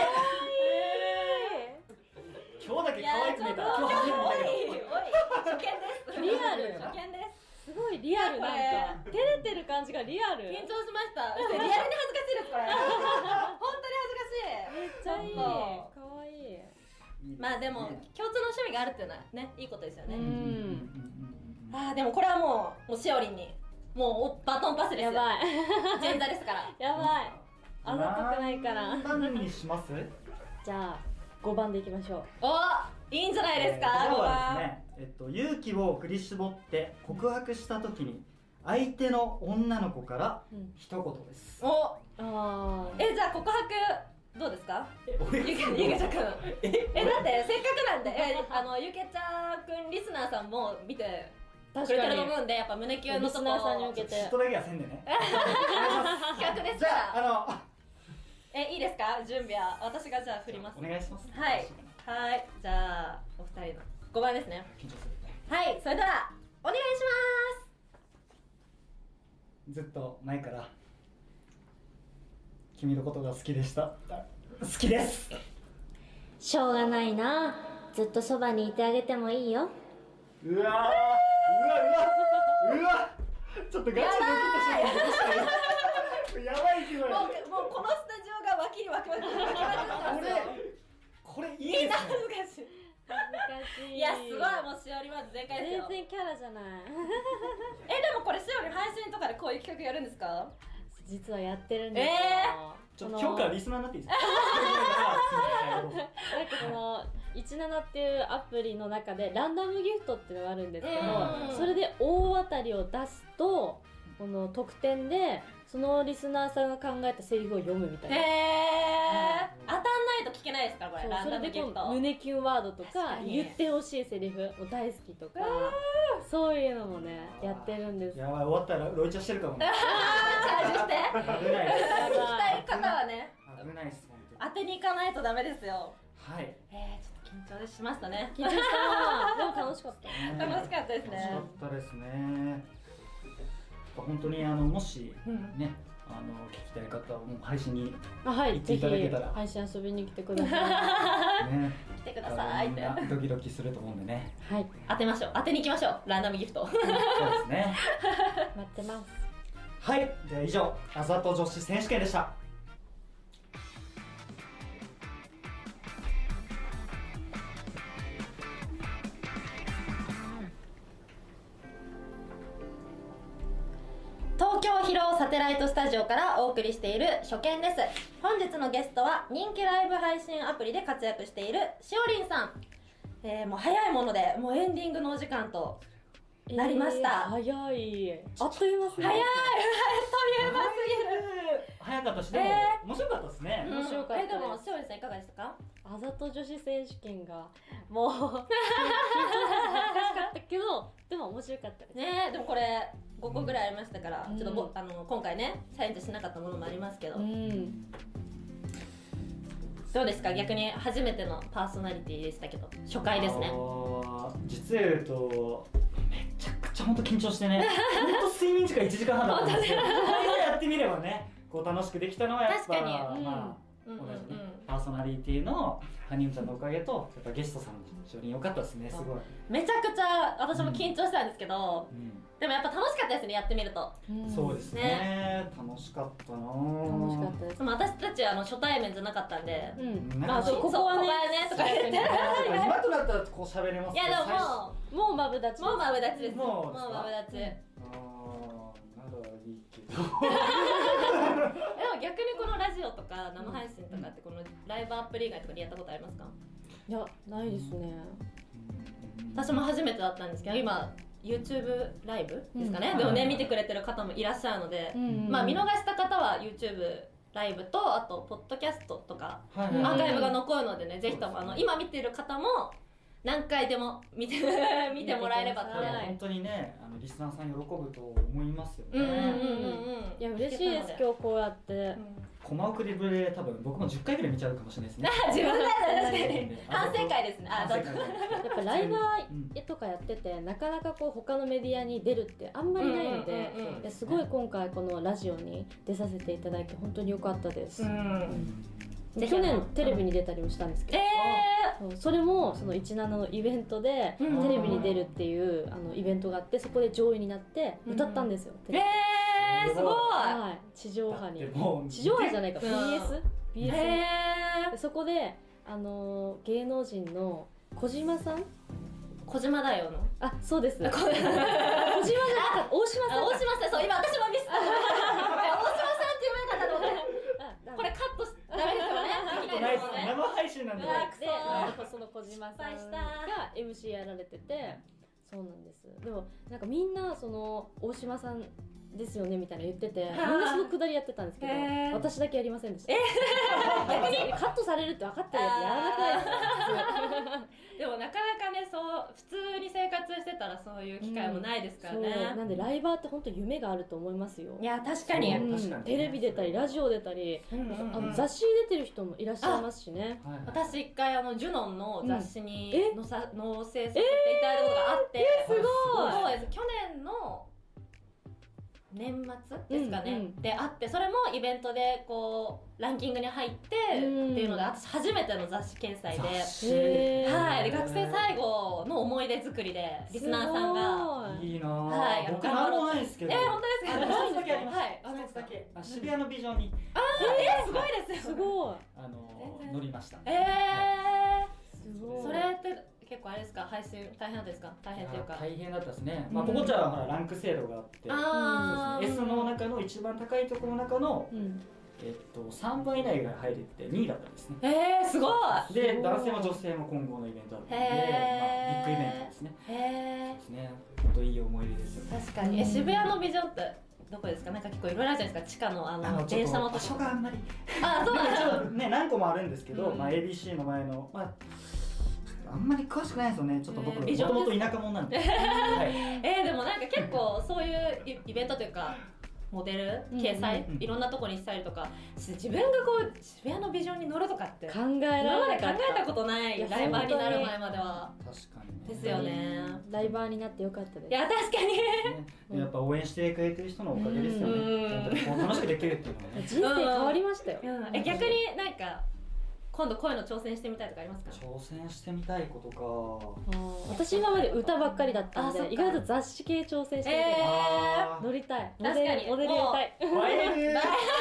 B: 今日だけ可愛く見えた。今日初めて見たけど。
A: おいおい初見です。
E: リアル
A: 初見です。
E: すごいリアルなんか照れてる感じがリアル
A: 緊張しました。リアルに恥ずかしいですこれ。本当に恥ずかしい。
E: めっちゃいい
A: ちょっと
E: かわいい
A: まあでも共通の趣味があるっていうのはねいいことですよね。
E: う
B: うんうんうん
A: ああでもこれはもうもうしおりんにもうバトンパスですよ。
E: やばい
A: 前座ですから。
E: やばいあざとくないから
B: 何番にします？
E: じゃあごばんでいきましょう
A: おいいんじゃないですか。
B: 今日は
A: ごばん
B: ですね、えっと、勇気を振り絞って告白した時に相手の女の子から
E: うん
B: 一言です。
A: お
E: ああ
A: えじゃあ告白どうですか？
B: え俺
A: ゆけゆけちゃくん。
B: え
A: えだってせっかくなんでえあのゆけちゃくんリスナーさんも見てくれてると思うんでやっぱ胸キュンのとこ
E: リスナーさんに向けて
B: 嫉妬だけはせんでね。
A: 企画です
B: じゃあ
A: から。
B: あ
A: えいいですか？準備は私がじゃあ振ります。
B: のお願いします。
A: はいはいじゃあお二人のごばんですね。
B: 緊張する。
A: はいそれではお願いし
B: ずっと前から君のことが好きでした。好きです。
F: しょうがないな。ずっとそばにいてあげてもいいよ。
B: うわーうわうわうわちょっとガチでドキッとした。やばい気分。
A: ます。もうもうこのスタジオが脇に脇まで脇まで
B: これこれいい
A: みんな
B: ですね。
A: 恥ずかしい。
E: 難しい
A: いやすごいもうしおりまず全開ですよ。
E: 全然キャラじゃない
A: えでもこれしおり配信とかでこういう企画やるんですか？
E: 実はやってるんですよ、
A: え
B: ちょっと今日からリスナーになっていいですか？
E: いちななっていうアプリの中でランダムギフトっていうのがあるんですけ
A: うん
E: ど、それで大当たりを出すとこの特典でそのリスナーさんが考えたセリフを読むみたいな。
A: へえ当たんないと聞けないですからこれ。
E: そう
A: ラン
E: それでこ
A: ダムギフト
E: う胸キュンワードと
A: 確
E: か
A: かに
E: 言ってほしいセリフも大好きとかそういうのもねやってるんです。
B: やばい終わったらロイチャしてるかもね。
A: チャージして
B: 危ないです。
A: 聞きたい方はね
B: 危ないです本当に。
A: 当てに行かないとダメですよ。
B: はい。
A: えー、ちょっと緊張しましたね。
E: 緊張したでも楽しかった。
A: 楽しかったですね。
B: 楽しかったですね。本当にあのもし
A: うん
B: ね、あの聞きたい方はもう配信に
E: あはい
B: 行って
E: ぜひ
B: いただけたら
E: 配信遊びに来てくださ
B: ね、
A: 来てくださいって
B: みんなドキドキすると思うんでね。
E: い。はい
A: 当てましょう。当てに行きましょう。ランダムギフト。
B: そうですね。
E: 待ってます。
B: はい、じゃあ以上あざと女子選手権でした。
A: 東京広尾サテライトスタジオからお送りしている初見です。本日のゲストは人気ライブ配信アプリで活躍しているしおりんさん、えー、もう早いものでもうエンディングのお時間となりました、
E: えー早いあっという間すぎる。
A: 早いという間す
B: 早かったし、でも、
A: え
B: 面白かったですね。
A: ぎる、
E: 面白かったです
A: えでもしおりんさんいかがでしたか？
E: あざと女子選手権がもう緊張させて恥ずかしかったけどでも面白かったです。
A: ねえでもこれごこぐらいありましたから、
E: うん
A: ちょっとぼあの今回ねチャレンジしなかったものもありますけど、
E: うん
A: どうですか？逆に初めてのパーソナリティでしたけど初回ですね。
B: あのー実言うとめちゃくちゃ本当緊張してね本当睡眠時間いちじかんはんだったんですけど、今やってみればねこう楽しくできたのはやっぱ
A: 確かに
B: まあ
A: うんうんうん
B: 同じねパーソナリティのハニウちゃんのおかげとやっぱゲストさんの非常に良かったですね。すごい、
A: めちゃくちゃ私も緊張したんですけど、
B: うん
A: でもやっぱ楽しかったですねやってみると。
E: うん
B: そうですね楽しかったな
E: 楽しかったです。
A: でも私たちはあの初対面じゃなかったんで、
E: うん
B: ね
E: まあそうここはね
A: そうここはねとか言って
B: 今となったらこう喋れます
A: いやで
B: 最初
A: も
E: もうマブダチ
A: もうもうマブダチです。
B: もう
A: もう
B: ですか
A: マブダチ。で
B: あーならいいけど
A: も逆にこのラジオとか生配信とかってこのライブアプリ以外とかでやったことありますか？
E: いやないですね。
A: 私も初めてだったんですけど今 YouTube ライブですかね、
B: うん
A: でもね見てくれてる方もいらっしゃるので、
E: うん
A: まあ見逃した方は YouTube ライブとあとポッドキャストとか
B: はい
E: うん
A: アーカイブが残るのでね、ぜひともあの今見てる方も何回でも見て見てもらえればって、
E: 見てください
B: 本当にねあのリスナーさん喜ぶと思いますよね。
A: うんうんうんうん
E: いや嬉しいです今日こうやって。
B: コマ送りぶれ多分僕もじゅっかいぐらい見ちゃうかもしれないですね。
A: 自分で確かに
B: うん
A: 反省会ですね。あどうぞ
B: 反省会
E: やっぱライブとかやっててなかなかこう他のメディアに出るってあんまりないので、
A: うんうんうんうん
E: いやすごい今回このラジオに出させていただいて本当に良かったです。
A: うんぜひ
E: 去年テレビに出たりもしたんですけ
A: え
E: ど、そうそれもそのじゅうななのイベントで
A: うん
E: テレビに出るっていうあのイベントがあってそこで上位になって歌ったんですよ。
A: ー、
E: テレビ
A: えー、すごい
E: はい地上波に
B: だってもう
E: 地上波じゃないか
A: うん
E: ビーエスビーエス
A: え
E: でそこであの芸能人の小島さん
A: ー、小島だよの
E: あそうです小
A: こ
E: 島じゃなかった大島さん
A: あ大島さんそう今私もミスった大島さんって言わなかったと思って
E: あ
A: これカットしダメですよね聞いてる
B: ナイス
A: のね
B: 生配信なんで
A: うわくそ
E: でなんかその小島さん
A: 失敗した
E: が エムシー やられててそうなんですでもなんかみんなその大島さんですよねみたいな言っててみんなそのくだりやってたんですけど
A: へー
E: 私だけやりませんでしたカットされるって分かってるやつやらなくないですか
A: でもなかなかねそう普通に生活してたらそういう機会もないですから
E: そう
A: ね、
E: なんでライバーって本当夢があると思いますよ
A: いや確かに、
B: そう
E: うん
B: 確かに
E: テレビ出たりラジオ出たり
A: うんうんうん
E: あの雑誌に出てる人もいらっしゃいますしね
B: はいはい
A: 私一回あのジュノンの雑誌に
E: うんえ
A: 載さ載せさせていただいたことがあって、
E: すごい
A: そうです去年の年末ですかね、
E: うんうん
A: であってそれもイベントでこうランキングに入って
E: うん
A: っていうので私初めての雑誌掲載で、
B: 雑誌
E: へー
A: はい、で学生最後の思い出作りでリスナーさんが
E: すごい
B: いいな
A: はい
B: ぁ僕なんもないですけど
A: えー、本当ですか
B: あ一つだけあります
A: はい
B: 一つだけあ渋谷のビジョンに
A: えー、すごいですよ
E: すごい
B: あの
A: 全然
B: 乗りました。
A: え
E: すごい
A: ー、それって結構あれですか配信大変だったですか大変というか
B: 大変だったですね。まあ
A: うん
B: ここちゃんはほらランク制度があって、
A: あー
B: そうですね エス の中の一番高いところの中の、
E: うん
B: えっと、さんばん以内が入れてにいだったんですね。
A: えー、すごい。
B: で男性も女性も混合のイベントだったので、まあ、ビッグイベントですね。
A: へえ。
B: そうですね。本当いい思い出ですよね。
A: 確かに。え、渋谷のビジョンってどこですか？なんか結構いろいろあるじゃないですか。地下のあの
B: あの
A: 電車の
B: 場所があんまり。
A: あ、そうなんですか。
B: ね、何個もあるんですけど、
A: うん、
B: まあ エービーシー の前のまああんまり詳しくないですよね。ちょっと僕もともと田舎者なんで。はい、
A: えー、でもなんか結構そういうイベントというかモデル掲載、いろんなとこにしたりとか、自分がこう渋谷のビジョンに乗るとかって
E: 考えられなかった。
A: 今まで考えたことない。ライバーになる前までは。
B: 確かに、
A: ね、ですよね。
E: ライバーになってよかったです。
A: いや確かに、
B: ね、やっぱ応援してくれてる人のおかげですよね。本当にこう楽しくできるっていうのはね。
E: 人生変わりましたよ。
A: え、逆になんか今度こういうの挑戦してみたいとかありますか？
B: 挑戦してみたいことか。
E: 私今まで歌ばっかりだったんで、意外と雑誌系挑戦してみたい。
A: え
E: ー、乗りたい。
A: 確かに
E: モデルやりたい。
B: 映える。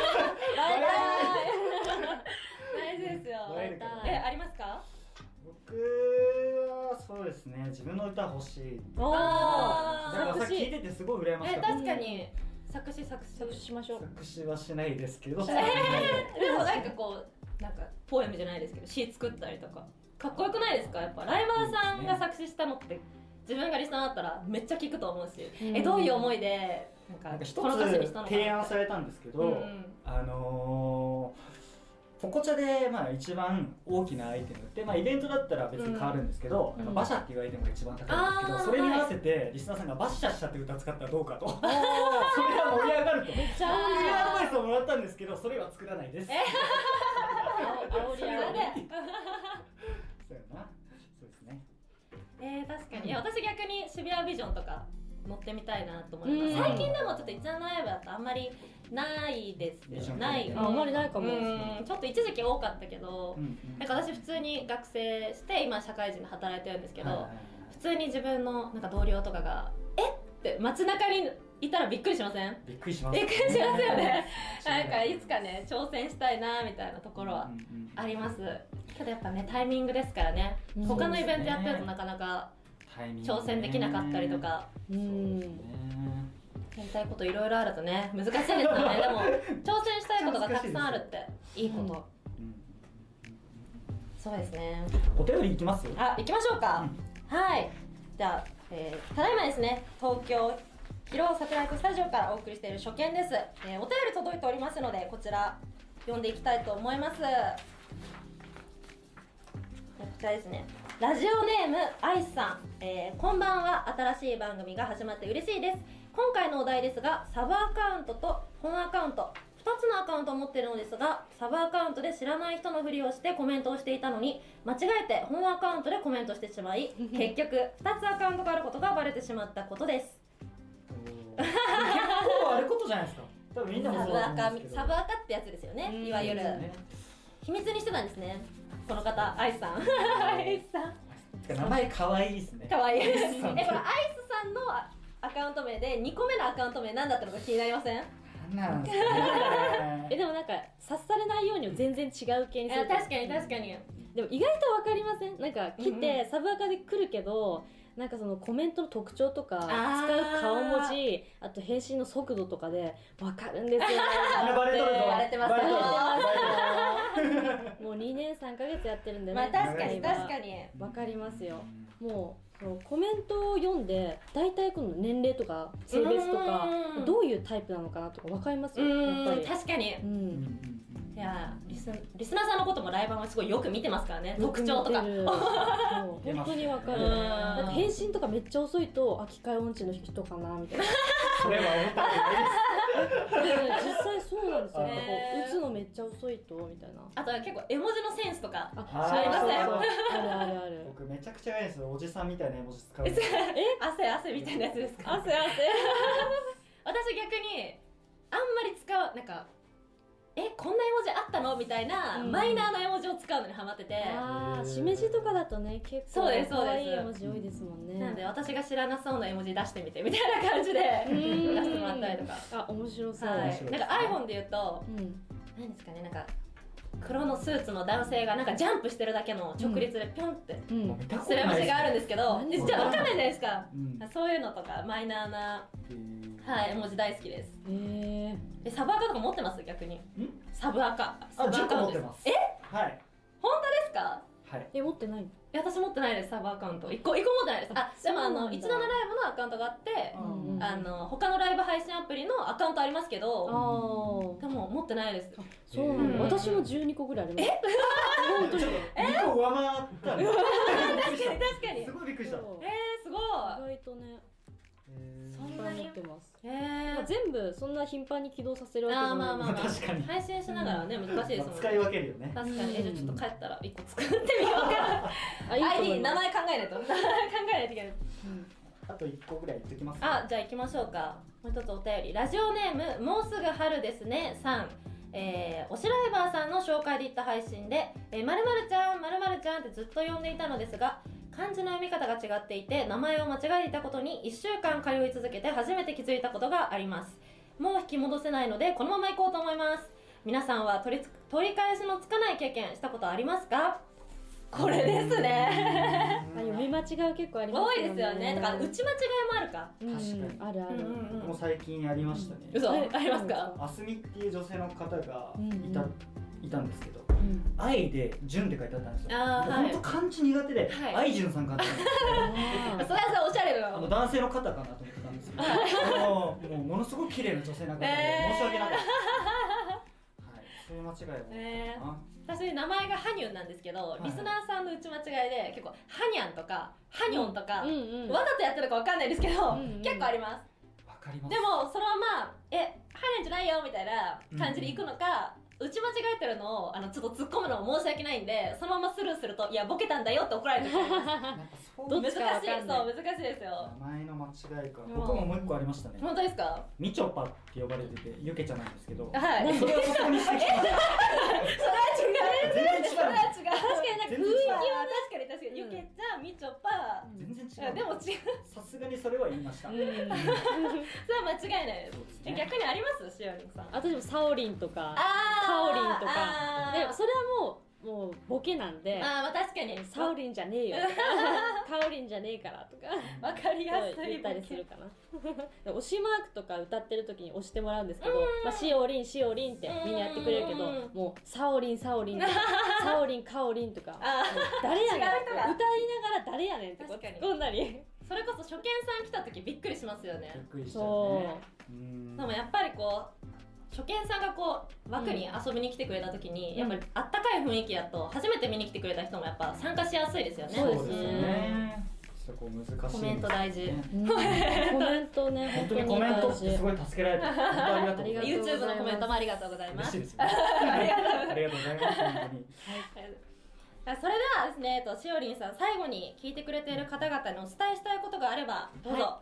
A: 大事ですよ。え、ありますか？
B: 僕はそうですね。自分の歌欲しい。
A: あ
B: あ。なんかさっき聞いててすごい羨ましかった。
A: え、確かに作詞作詞
E: 作詞しましょう。
B: 作詞はしないですけど。
A: えー、でもなんかこう。なんかポエムじゃないですけど詩作ったりとかかっこよくないですか？やっぱライバーさんが作詞したのって自分がリスナーだったらめっちゃ聞くと思うし、うん、えどういう思いでなんかこの歌詞にしたのか
B: 提案されたんですけど、うん、あのー、ポコチャでまあ一番大きなアイテムって、まあ、イベントだったら別に変わるんですけど、うん、馬車っていうアイテムが一番高いんですけど、それに合わせてリスナーさんがバッシャッシャって歌使ったらどうかとそれは盛り上がるとめっちゃアドバイスをもらったんですけど、それは作らないです。
A: 煽り上げで
B: そうやな。そうですね。
A: えー、確かに、いや私逆に渋谷ビジョンとか乗ってみたいなと思います。最近でもちょっと一覧のライブだとあんまりないですよ。ない、
E: あんまりないかも。
A: ちょっと一時期多かったけど、うんうん、なんか私普通に学生して今社会人で働いてるんですけど、はいはいはい、普通に自分のなんか同僚とかがえって街中にいたらびっくりしません？びっくりします。びっくりしますよね。なんかいつかね挑戦したいなみたいなところはあります。けどやっぱねタイミングですからね。うん、他のイベントやってるとなかなか挑戦できなかったりとか。うん。やりたいこといろいろあるとね難しいですよね。でも挑戦したいことがたくさんあるっていいこと。うん、そうですね。
B: お便りいきます？
A: あ、行きましょうか。うん、はい。じゃあ、えー、ただいまですね東京広サテライトスタジオからお送りしている初見です、えー、お便り届いておりますのでこちら読んでいきたいと思います。こちらですね、ラジオネームアイスさん、えー、こんばんは。新しい番組が始まって嬉しいです。今回のお題ですが、サブアカウントと本アカウントふたつのアカウントを持っているのですが、サブアカウントで知らない人のふりをしてコメントをしていたのに間違えて本アカウントでコメントしてしまい結局ふたつアカウントがあることがバレてしまったことです。
B: 結構あることじゃないですか。多分みんなもそうだと思うんですけど、
A: サブアカってやつですよね、いわゆる、ね、秘密にしてたんですねこの方、アイスさん。アイスさん
B: 名前可愛いですね。
A: 可愛いです。え、このアイスさんのアカウント名でにこめのアカウント名何だったのか気になりません？
B: なんですかね。
E: え、でもなんか察されないように全然違う系にする。
A: 確かに確かに。
E: でも意外と分かりません？なんか来て、うん、サブアカで来るけどなんかそのコメントの特徴とか使う顔文字、あと返信の速度とかで分かるんですよね。
B: バレとるぞ。
A: バレてます。バレて
E: ます。もうにねんさんかげつやってるんでね。
A: まあ確かに確かに
E: 分かりますよ。もうそうコメントを読んで大体この年齢とか性別とかどういうタイプなのかなとか分かりますよ。やっぱり
A: 確かに。うん。いやリス、リスナーさんのこともライバーもすごいよく見てますからね、特徴とか。
E: 本当に分かる。なんか返信とかめっちゃ遅いと、あ、機械音痴の人かなみたいな。
B: それは思ったことないです。
E: 実際そうなんですよ。打つのめっちゃ遅いとみたいな。
A: あとは結構絵文字のセンスとか
E: ありますね。あるあるある。
B: 僕めちゃくちゃいいですよ。おじさんみたいな絵文字使う。
A: え、汗汗みたいなやつですか？
E: 汗汗。
A: 私逆にあんまり使うなんか。え、こんな絵文字あったのみたいな、うん、マイナーな絵文字を使うのにハマってて、
E: ああ、しめじとかだとね結構可愛い絵文字多いですもんね。
A: なので私が知らなそうな絵文字出してみてみたいな感じで出してもらったりとか。
E: あ、面白そう。
A: はい、なんか iPhone で言うと、うん、何ですかね、なんか黒のスーツの男性がなんかジャンプしてるだけの直立でピョンってする絵文字があるんですけど、じゃあ分かんないじゃないですか、うん、そういうのとかマイナーな、はい、絵文字大好きです。へえ。サブアカとか持ってます？逆にササブアカ
B: あ、じゅっこ持ってます。
A: え、
B: はい。
A: 本当ですか？
B: はい。
E: え、持ってないの？
A: いや、私持ってないです、サブアカウント。いっこ、いっこ持ってないです。あ、でもあの、いちじゅうななライブのアカウントがあって、
B: うん、
A: あの、他のライブ配信アプリのアカウントありますけど、
E: あ
A: でも持ってないです。
E: そうなんだ、うん、私もじゅうにこぐらいあります。え
B: 本当ににこ上回ったね。
A: 確かに確かに。
B: すごいびっくりした。えー、
A: すごい。
E: 意外とね。
A: そんなに
E: 持ってます。
A: えー、
E: 全部そんな頻繁に起動させるわけじゃない。
A: あ、まあまあまあ、
B: 確かに
A: 配信しながらね、難しいですもんね。
B: 使い分けるよね。
A: 確かに。え、じゃあちょっと帰ったらいっこ作ってみようかな。アイディー 名前考えないと名前考えないといけない。
B: あといっこぐらい言っときます。
A: あ、じゃあ行きましょうか。もう一つお便り、ラジオネームもうすぐ春ですねさん。えー、推しライバーさんの紹介で行った配信で、えー、〇〇ちゃん〇〇ちゃんってずっと呼んでいたのですが、漢字の読み方が違っていて名前を間違えていたことにいっしゅうかん通い続けて初めて気づいたことがあります。もう引き戻せないのでこのまま行こうと思います。皆さんは取りつ取り返しのつかない経験したことありますか？これですね。
E: あ、読み間違い結構ありますよね。
A: 多いですよね。だから打ち間違いもあるか。
B: 確かに、
E: あるある。
B: 僕も最近ありましたね。
A: 嘘ありますか？
B: あすみっていう女性の方がいた、
E: うん
B: いたんですけど、
E: うん、
B: 愛で純って書いてあったんですよ。
A: あ、
B: 本当漢字苦手で、はい、愛純さんかって思って。
A: それはおしゃれだ。
B: あの男性の方かなと思ってたんですけど、もうものすごく綺麗な女性な方で申し訳なかった。はい、そういう間違いも。えー、
A: 私名前がハニュンなんですけど、はい、リスナーさんの打ち間違いで結構ハニャンとかハニョンとか、うんうんうん、わざとやってるかわかんないですけど、うんうん、結構あります。
B: わかります。
A: でもそのままえハニャンじゃないよみたいな感じでいくのか。うん、打ち間違えてるのをあのちょっと突っ込むのも申し訳ないんで、そのままスルーするといやボケたんだよって怒られてしまいます。難しい、そう難しいですよ。
B: 名前の間違いか。僕ももう一個ありましたね。
A: 本当ですか？
B: みちょぱって呼ばれててゆけちゃなんですけど、
A: はい。
B: それをそこにしてきました。それは
A: 違う。全然違う。それは違う。確かになんか
B: 雰囲気
A: は確かに確かにゆけちゃんみちょぱ
B: 全然違う。
A: でも違う。
B: さすがにそれは言いました。それは
A: 間違いないです。逆にあります？しおりんさん。
E: 私もサオリンとかカオリンとか。でもそれはもうもうボケなんで、
A: あ、まあ確かに
E: サオリンじゃねえよカオリンじゃねえからとか
A: わかりやすい
E: 言ったりするかな。推しマークとか歌ってる時に押してもらうんですけど、まあ、シオリンシオリンってみんなやってくれるけど、もうサオリンサオリンサオリンカオリンとか誰やねんって歌いながら誰やねんって突っ込んだり。
A: それこそ初見さん来た時びっくりしますよね。
B: びっくりしたね。
A: でもやっぱりこう初見さんがこう枠に遊びに来てくれた時に、うん、やっぱりあったかい雰囲気だと初めて見に来てくれた人もやっぱ参加しやすいですよね。
B: そうですね。そこ難しいですね。
A: コメント大事。
E: コメントね、
B: 本当にコメントってすごい助けられて、本当ありがとうございます。
A: YouTube のコメントもありがとうございます。
B: 嬉しいですよね。ありがとうございます本当に。
A: はい。それではですね、としおりんさん最後に聞いてくれている方々にお伝えしたいことがあればどうぞ。
E: はい。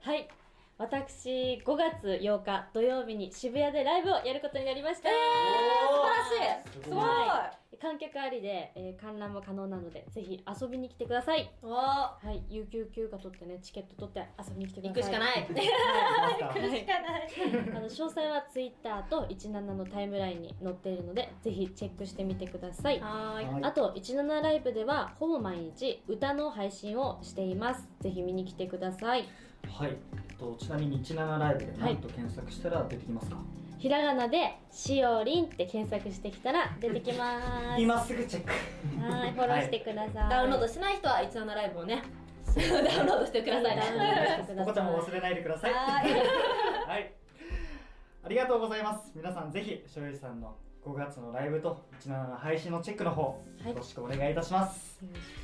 E: はい、私ごがつようか土曜日に渋谷でライブをやることになりました。
A: えー、素晴らしい。すごい。
E: 観客ありで、えー、観覧も可能なのでぜひ遊びに来てください。
A: はい、
E: 有給休暇取ってね、チケット取って遊びに来てください。
A: 行くしかない。行くしかない。
E: あの詳細はツイッターといちななのタイムラインに載っているのでぜひチェックしてみてください。
A: はい。
E: あといちななライブではほぼ毎日歌の配信をしています。ぜひ見に来てください。
B: はい。とちなみにいちななライブで何と検索したら出てきますか？はい、
E: ひらがなでしおりんって検索してきたら出てきます。
B: 今すぐチェック。
E: はい、フォローしてください。
A: ダウンロードしない人はいちななライブをねダウンロードしてください。
B: ポコちゃんも忘れないでください。はい。ありがとうございます。皆さんぜひしおりさんのごがつのライブといちななの配信のチェックの方、よろしくお願いいたします。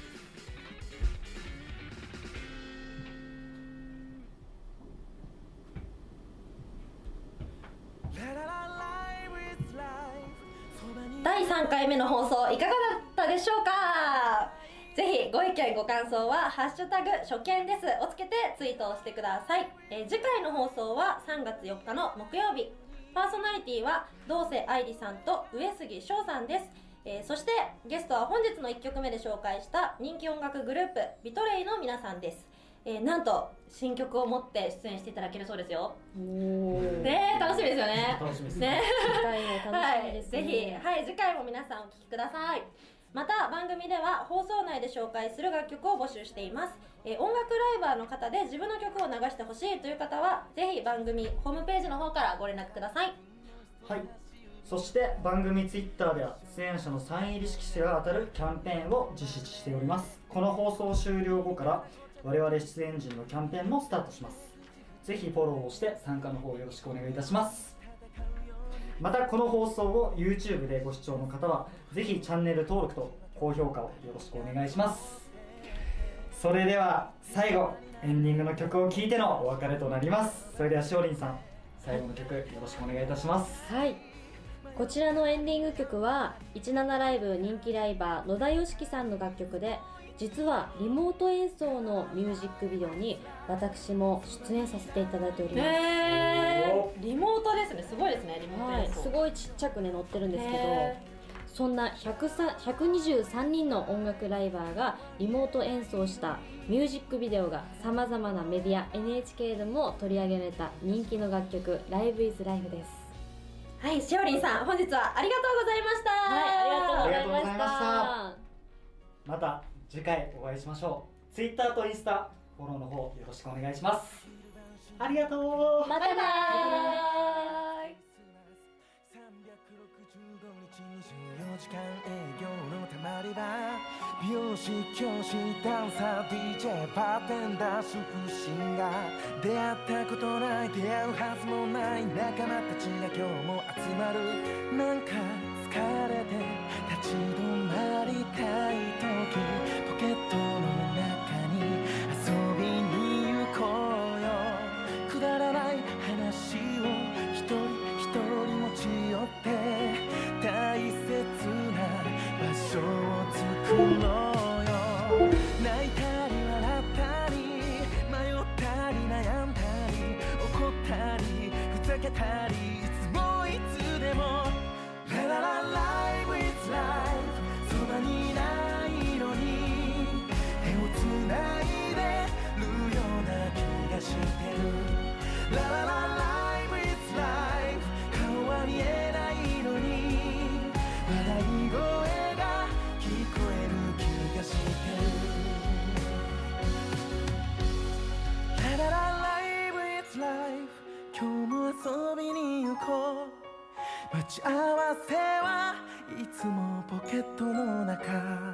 A: だいさんかいめの放送いかがだったでしょうか。ぜひご意見ご感想はハッシュタグ初見ですをつけてツイートをしてください。えー、次回の放送はさんがつよっかの木曜日。パーソナリティはどうせ愛理さんと上杉翔さんです。えー、そしてゲストは本日のいっきょくめで紹介した人気音楽グループビトレイの皆さんです。えー、なんと新曲を持って出演していただけるそうですよ。ねえ、楽しみですよね。
B: 楽しみです
A: ね。
E: ね楽しみですね。
A: はい、ぜひ、はい、次回も皆さんお聴きください。また番組では放送内で紹介する楽曲を募集しています。えー、音楽ライバーの方で自分の曲を流してほしいという方はぜひ番組ホームページの方からご連絡ください。
B: はい、 そして番組ツイッターでは出演者のサイン入り色紙が当たるキャンペーンを実施しております。この放送終了後から我々出演陣のキャンペーンもスタートします。ぜひフォローをして参加の方よろしくお願いいたします。またこの放送を YouTube でご視聴の方はぜひチャンネル登録と高評価をよろしくお願いします。それでは最後エンディングの曲を聴いてのお別れとなります。それではしおりんさん、最後の曲よろしくお願いいたします。
E: はい、こちらのエンディング曲はいちななライブ人気ライバー野田佳樹さんの楽曲で、実はリモート演奏のミュージックビデオに私も出演させていただいております。
A: へー、リモートですね。すごいですね、リモート演奏、
E: はい、すごいちっちゃくね載ってるんですけど、そんなひゃくにじゅうさんにんの音楽ライバーがリモート演奏したミュージックビデオがさまざまなメディア エヌエイチケー でも取り上げられた人気の楽曲 Live is Life です。
A: はい、しおりんさん本日はありがとうございました。
E: はい、ありがとうございまし
B: ありがとうございました。また次回お会いしましょう。 Twitter とインスタフォローの方よろしくお願いします。ありがとう。
E: またねー。
C: さんびゃくろくじゅうごにちにじゅうよじかん営業のたまり場、美容師、教師、ダンサー、ディージェー、バーテンダー、主婦、シンガー、出会ったことない、出会うはずもない仲間たちが今日も集まる。なんか疲れて立ち止まりたい時、ポケットの中に遊びに行こうよ。くだらない話を一人一人持ち寄って大切な場所を作ろうよ。泣いたり笑ったり迷ったり悩んだり怒ったりふざけたり、いつもいつでもラララ Live is life、 そばにいないのに手をつないでるような気がしてる。ラララ Live is life、 顔は見えないのに笑い声が聞こえる気がしてる。ラララ Live is life、 今日も遊びに行こう。待ち合わせはいつもポケットの中。